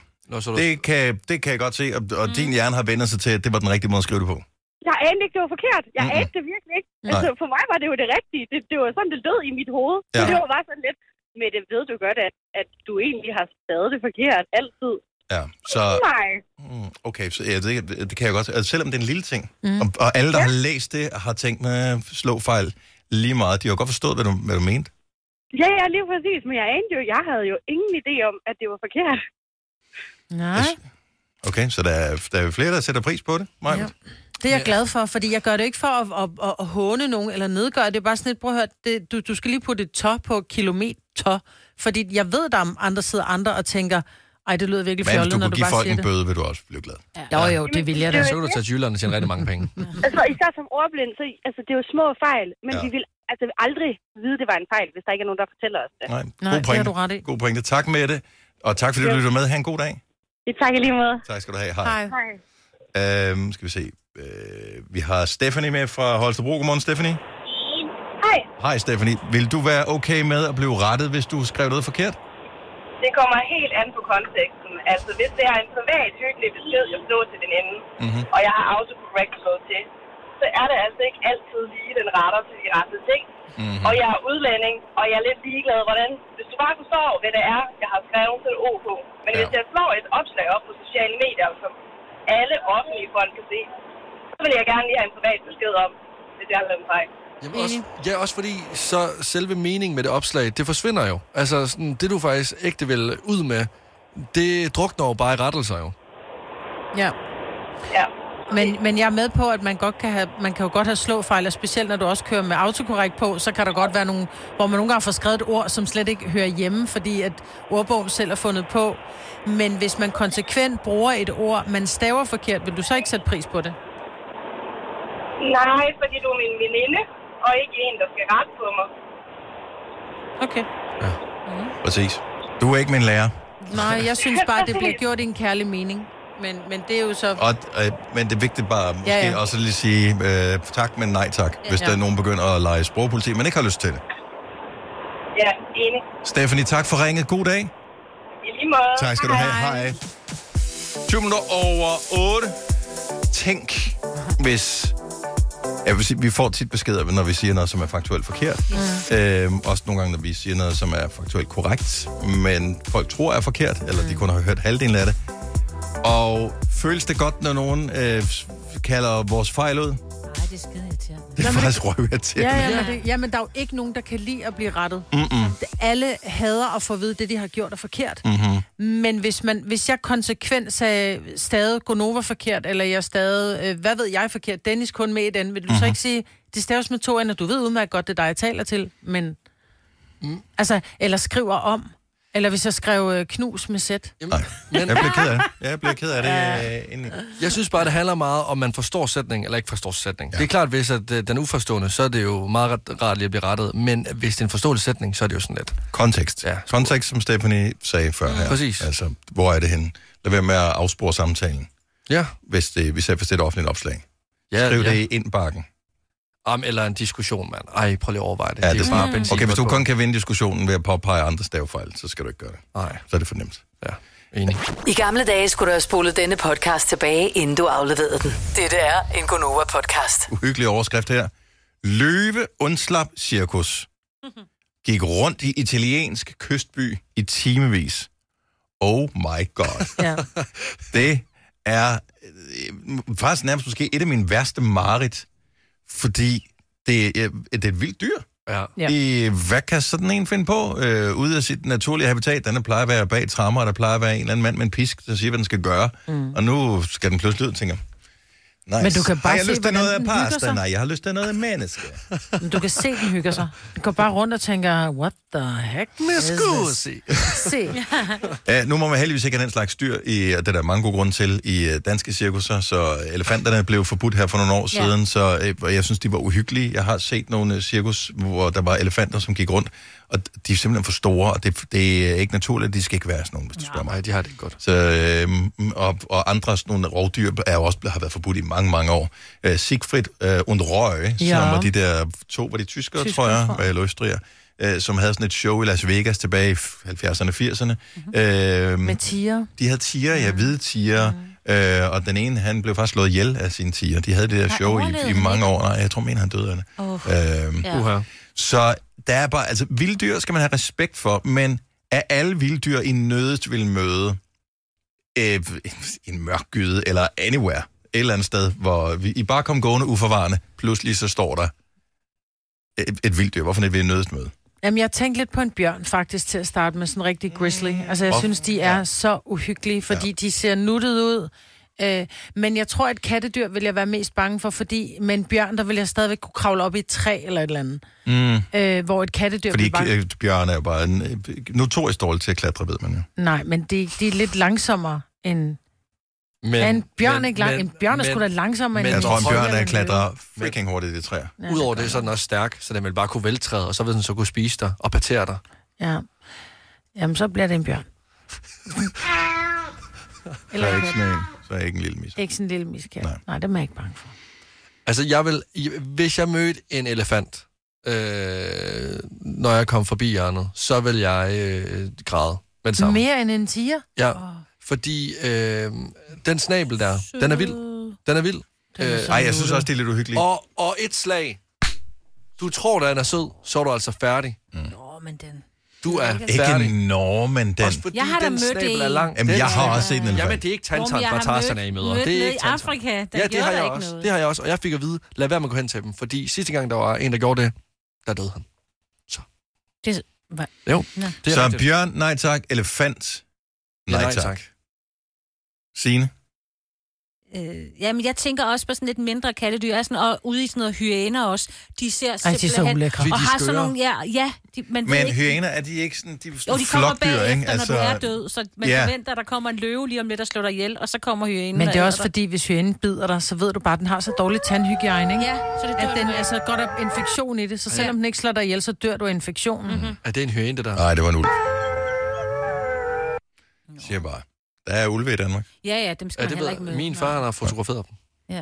det kan jeg godt se, og din hjerne har vendt sig til, at det var den rigtige måde at skrive det på. Jeg anede ikke, det var forkert. Jeg anede det virkelig ikke. Altså, for mig var det jo det rigtige. Det var sådan, det lød i mit hoved. Ja. Så det var bare sådan lidt, men det ved du godt, at du egentlig har stadig det forkert altid. Ja, så... Nej. Okay, så ja, det kan jeg godt. Altså, selvom det er en lille ting, og alle, der har læst det, har tænkt, slå fejl lige meget. De har godt forstået, hvad du mente. Ja, lige præcis. Men jeg havde jo ingen idé om, at det var forkert. Nej. Okay, så der er jo flere, der sætter pris på det, Maja. Ja. Det er jeg glad for, fordi jeg gør det ikke for at håne nogen eller nedgøre. Det er bare sådan lidt, prøv at høre, du skal lige putte et tå på kilometer, fordi jeg ved, der er andre sidder andre og tænker, ej, det lyder virkelig fjollet, når du bare siger det. Men hvis du kunne give folk en bøde, vil du også blive glad. Ja. Jo, det vil jeg da. Så vil du tage til Jylland og tjene rigtig mange penge. Altså, især som ordblind, så altså, det er jo små fejl, men vi vil aldrig vide, det var en fejl, hvis der ikke er nogen, der fortæller os det. Nej, det har du ret i. God pointe. Tak med det, og tak fordi du lytter med. Ha' en god dag. Tak i lige måde. Tak skal du have. Hej. Skal vi se. Vi har Stephanie med fra Holstebro. Godmorgen, Stephanie. Hej. Hej, Stephanie. Vil du være okay med at blive rettet, hvis du skrev noget forkert? Det kommer helt an på konteksten. Altså, hvis det er en privat, hyggelig besked, jeg slår til den ende, og jeg har autocorrect slået til, så er det altså ikke altid lige den retter til de rette ting. Og jeg er udlænding, og jeg er lidt ligeglad, hvordan... Hvis du bare forstår, hvad det er, jeg har skrevet, så er det OK. Men hvis jeg slår et opslag op på sociale medier, som alle offentlige folk kan se, så vil jeg gerne lige have en privat besked om, hvis jeg har lavet en fejl. Jamen også fordi, så selve meningen med det opslag, det forsvinder jo. Altså, sådan, det du faktisk ægte vil ud med, det drukner jo bare i rettelser jo. Ja. Men jeg er med på, at man kan jo godt have slåfejl, og specielt når du også kører med autokorrekt på, så kan der godt være nogle, hvor man nogle gange får skrevet et ord, som slet ikke hører hjemme, fordi at ordbogen selv er fundet på. Men hvis man konsekvent bruger et ord, man staver forkert, vil du så ikke sætte pris på det? Nej, fordi du er min veninde, og ikke en, der skal rette på mig. Okay. Ja, præcis. Du er ikke min lærer. Nej, jeg synes bare, det bliver gjort i en kærlig mening. Men det er jo så... Men det er vigtigt bare måske også lige sige tak, men nej tak, hvis der er nogen begynder at lege sprogpoliti, men ikke har lyst til det. Ja, enig. Stephanie, tak for ringet. God dag. I lige måde. Tak skal du have. Hej. 20 minutter over 8. Tænk, hvis... Jeg vil sige, vi får tit beskeder, når vi siger noget, som er faktuelt forkert. Også nogle gange, når vi siger noget, som er faktuelt korrekt, men folk tror er forkert, eller de kun har hørt halvdelen af det. Og føles det godt, når nogen kalder vores fejl ud? Nej, det er skide irriterende. Det er faktisk røvirriterende. Jamen, der er jo ikke nogen, der kan lide at blive rettet. Alle hader at få at vide, det de har gjort er forkert. Men hvis jeg konsekvent sagde stadig Gonova forkert, eller jeg stadig, hvad ved jeg forkert, Dennis kun med i den, vil du så ikke sige, det staves med 2 ender, du ved udmærket godt, det er dig, jeg taler til, men... Altså, eller skriver om. Eller hvis jeg skrev knus med sæt. Nej, jeg bliver ked af det. Jeg synes bare, det handler meget om, man forstår sætning, eller ikke forstår sætning. Ja. Det er klart, hvis at, den er uforstående, så er det jo meget rart lige at blive rettet. Men hvis det er en forståelig sætning, så er det jo sådan lidt. Kontekst. Ja. Kontekst, som Stephanie sagde før her. Præcis. Altså, hvor er det henne? Lad være med at afspore samtalen. Ja. Hvis det er et offentligt opslag. Skriv det i indbakken. Eller en diskussion, mand. Ej, prøv lige at overveje det. Ja, det er bare benzin. Okay, hvis du kun kan vinde diskussionen ved at påpege andre stavefejl, så skal du ikke gøre det. Nej. Så er det for nemt. Ja, enig. I gamle dage skulle du have spolet denne podcast tilbage, inden du afleverede den. Dette er en Gonova-podcast. Uhyggelig overskrift her. Løve undslap cirkus. Gik rundt i italiensk kystby i timevis. Oh my god. Ja. Det er faktisk nærmest måske et af mine værste mareridt. Fordi det er et vildt dyr. Ja. Hvad kan sådan en finde på? Ude af sit naturlige habitat, den plejer at være bag trammer, og der plejer at være en eller anden mand med en pisk, der siger, hvad den skal gøre. Og nu skal den pludselig ud og tænker, nice. Men du kan bare har jeg se, lyst til noget af hvordan den hygger pasta? sig. Nej, jeg har lyst til noget af menneske. Men du kan se, den hygger sig. Du går bare rundt og tænker, what the heck is this? Nu må man heldigvis ikke have den slags dyr, det er der mange gode grunde til, i danske cirkusser, så elefanterne blev forbudt her for nogle år siden, så jeg synes, de var uhyggelige. Jeg har set nogle cirkus, hvor der var elefanter, som gik rundt, og de er simpelthen for store, og det er ikke naturligt, de skal ikke være sådan nogle, hvis du spørger mig. Nej, de har det ikke godt. Så, og andre sådan nogle rovdyr er jo også har været forbudt i mange, mange år. Siegfried und Roy, som var de der var de tyskere, tror jeg, eller østrigere, som havde sådan et show i Las Vegas tilbage i 70'erne og 80'erne. Med tiger. De havde tiger, hvide tiger, og den ene, han blev faktisk slået ihjel af sine tiger. De havde det der show i mange år. Nej, jeg tror, han døde af det. Så der er bare, altså vilddyr skal man have respekt for, men er alle vilddyr i nødest vil møde en mørk gyde, eller anywhere, et eller andet sted, hvor I bare kom gående uforvarende, pludselig så står der et vilddyr. Hvorfor er det, vi nødest møde? Jamen, jeg tænkte lidt på en bjørn, faktisk, til at starte med sådan en rigtig grizzly. Altså, jeg synes, de er så uhyggelige, fordi de ser nuttet ud. Men jeg tror, at kattedyr vil jeg være mest bange for, fordi med en bjørn, der vil jeg stadigvæk kunne kravle op i et træ eller et eller andet. Hvor et kattedyr fordi vil bange... bjørn er jo bare notorisk dårlig til at klatre, ved man jo. Nej, men de er lidt langsommere end... en bjørn er ikke lang... En bjørn er sgu da langsommere end... Jeg tror, en bjørn klatrer freaking hurtigt i træer. Ja, udover det, så er den også stærk, så den vil bare kunne vælte træet, og så vil den så kunne spise dig og partere dig. Ja. Jamen, så bliver det en bjørn. Eller ikke sådan en. Så er jeg ikke en lille mis. Ikke sådan en lille miskat. Nej, det er jeg ikke bange for. Altså, hvis jeg mødte en elefant, når jeg kom forbi hjørnet, så vil jeg græde med det samme. Mere end en tiger? Ja, fordi den snabel der, den er vild. Den er vild. Jeg synes også, det er lidt uhyggeligt. Og et slag. Du tror, den er sød, så er du altså færdig. Nå, men den... Du er færdig. Ikke men den. Også fordi jeg har da den mødt snabel er lang. Jamen, jeg har også set en elefant. Jamen, det er ikke tantan fra Tarzan, I møder. Det er ikke i Afrika, der det har jeg også. Noget. Det har jeg også, og jeg fik at vide, lad være med at gå hen til dem, fordi sidste gang, der var en, der gjorde det, der døde han. Så. Det jo, det er så rigtigt. Bjørn, nej tak. Elefant, nej tak. Signe? Jamen, jeg tænker også på sådan lidt mindre kattedyr, og ude i sådan noget hyæner også. De ser simpelthen... de er så ulækre. Og har sådan nogle... Men hyæner, er de ikke sådan... De de kommer bagefter, når du er død. Så man forventer, at der kommer en løve lige om lidt og slår dig ihjel, og så kommer hyænen. Men det er også fordi, hvis hyænen bider dig, så ved du bare, at den har så dårlig tandhygiejne, ikke? Ja, så det at den går der infektion i det, så selvom den ikke slår dig ihjel, så dør du af infektionen. Er det en hyæne, det der? Nej, det var en ulv. Siger bare. Der er ulve i Danmark. Ja, dem skal man heller ikke møde. Min far har fotograferet dem. Ja.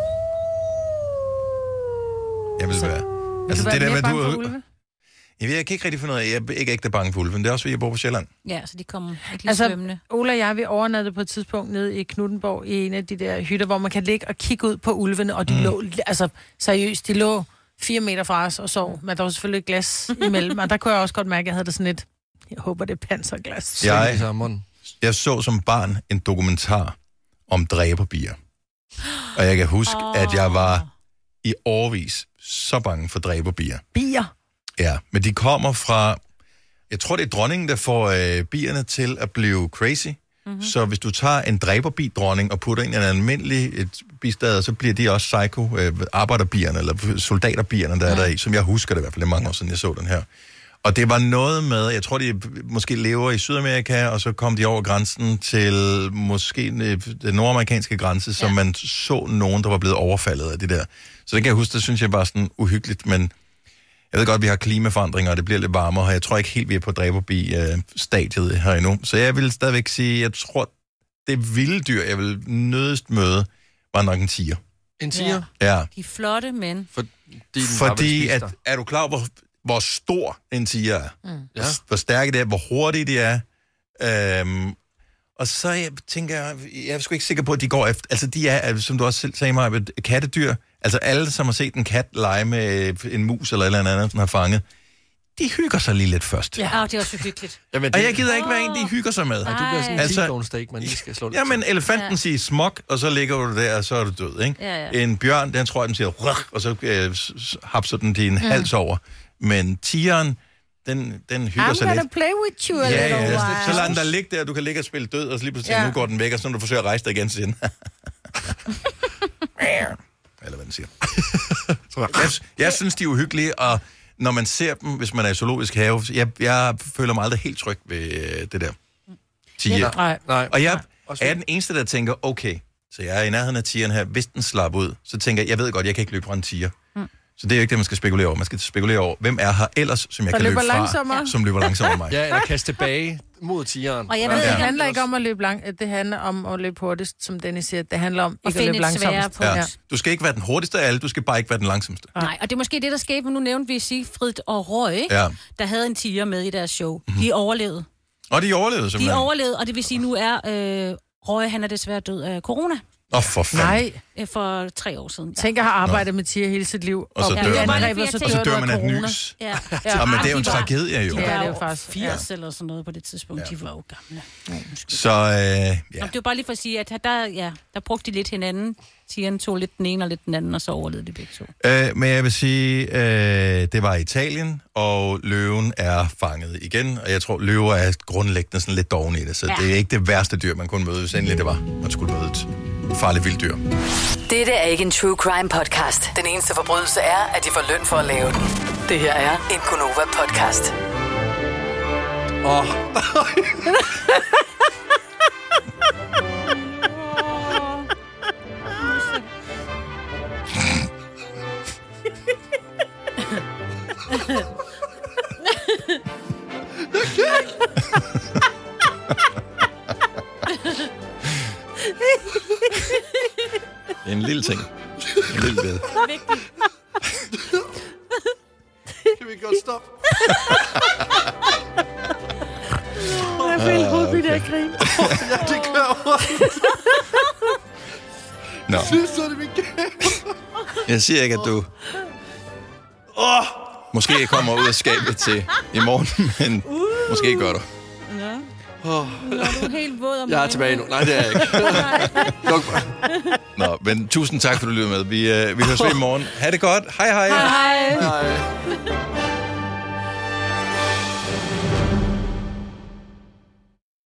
Jeg vil være. Altså, det der med, du... Jeg kan ikke rigtig finde ud af, jeg er ikke ægte bange for ulven. Det er også, fordi jeg bor på Sjælland. Ja, så de kommer ikke lige svømmende. Ola og jeg, vi overnattede på et tidspunkt nede i Knuthenborg i en af de der hytter, hvor man kan ligge og kigge ud på ulvene, og de lå, altså seriøst, de lå 4 meter fra os og sov. Men der var selvfølgelig et glas imellem, og der kunne jeg også godt mærke, at jeg havde det sådan lidt, jeg håber, det er panserglas. Jeg så som barn en dokumentar om dræberbier. Og jeg kan huske, at jeg var i årevis så bange for dræberbier. Bier? Ja, men de kommer fra... Jeg tror, det er dronningen, der får bierne til at blive crazy. Mm-hmm. Så hvis du tager en dræberbi-dronning og putter ind i en almindelig bistad, så bliver de også psycho arbejderbierne, eller soldaterbierne, der er der i, som jeg husker det i hvert fald. Det er mange år siden, jeg så den her. Og det var noget med, jeg tror, de måske lever i Sydamerika, og så kom de over grænsen til måske den nordamerikanske grænse, så man så nogen, der var blevet overfaldet af det der. Så det kan jeg huske, det synes jeg var sådan uhyggeligt, men jeg ved godt, at vi har klimaforandringer, og det bliver lidt varmere, og jeg tror ikke helt, vi er på dræberbi-stadiet her endnu. Så jeg vil stadigvæk sige, jeg tror, det vilde dyr, jeg vil nødest møde, var nok en tiger. En tiger? Ja. De er flotte, men... Fordi er du klar over, hvor stor en tiger er? Ja. Hvor stærke det er, hvor hurtige de er. Og så tænker jeg er sgu ikke sikker på, at de går efter... Altså, de er, som du også selv sagde mig, kattedyr. Altså, alle, som har set en kat lege med en mus eller et eller andet, som har fanget, de hygger sig lige lidt først. Ja, det er også hyggeligt. Jamen, og jeg gider ikke være en, de hygger sig med. Nej, du bliver sådan en T-bone steak, man lige skal slå lidt. Jamen, elefanten siger smok, og så ligger du der, og så er du død, ikke? Ja. En bjørn, den tror jeg, den siger rrr, og så hapser den din hals over. Men tigeren, den hygger sig lidt. I'm gonna play with you a little while. Så lader den der ligge der, og du kan ligge og spille død, og så lige pludselig nu går den væk, og så når du forsøger at rejse dig igen, så siger den... Eller hvad den siger. Jeg synes, de er uhyggelige, og når man ser dem, hvis man er i zoologisk have, jeg føler mig aldrig helt tryg ved det der tiger. Nej. Og jeg er den eneste, der tænker, okay, så jeg er i nærheden af tigeren her, hvis den slapper ud, så tænker jeg ved godt, jeg kan ikke løbe fra en tiger. Så det er jo ikke det, man skal spekulere over. Man skal spekulere over, hvem er her ellers, som jeg kan løbe fra, som løber langsommere mig. Ja, eller kaste tilbage mod tigeren. Og jeg ved, det handler ikke om at løbe det handler om at løbe hurtigst, som Dennis siger. Det handler om ikke at løbe langsomst. Ja. Du skal ikke være den hurtigste af alle, du skal bare ikke være den langsomste. Nej, og det er måske det, der skete, for nu nævnte vi Sigfrid og Roy, der havde en tiger med i deres show. De overlevede. Og de overlevede simpelthen? De overlevede, og det vil sige, nu er Roy, han er desværre død af corona. For fanden. Nej. For 3 år siden. Tænk at have arbejdet med tiger hele sit liv. Og så dør man af et nys. Ja. Men det er jo en tragedie, jo. Ja, det er jo faktisk 80 eller sådan noget på det tidspunkt. De var jo gamle. Så, det var bare lige for at sige, at der brugte de lidt hinanden. Tigeren tog lidt den ene og lidt den anden, og så overlevede de begge to. Men jeg vil sige, det var Italien, og løven er fanget igen. Og jeg tror, løver er grundlæggende sådan lidt doven i det. Så det er ikke det værste dyr, man kunne møde, hvis endelig det var. Man skulle møde et farligt vildt dyr. Dette er ikke en true crime podcast. Den eneste forbrydelse er, at de får løn for at lave den. Det her er en Gonova podcast. En lille ting. En lille bid. Kan vi godt stoppe? Jeg får helt hovedet, der grin. Ja, det gør ondt. Nå. Så er det min gave. Jeg siger ikke, at du... Måske kommer ud af skabet til i morgen, men måske gør du. Nå, du er helt våd om jeg er tilbage nu. Nej, det er jeg ikke. Nå, men tusind tak, for at du lyttede med. Vi høres ved i morgen. Ha' det godt. Hej hej. Hej. Hej.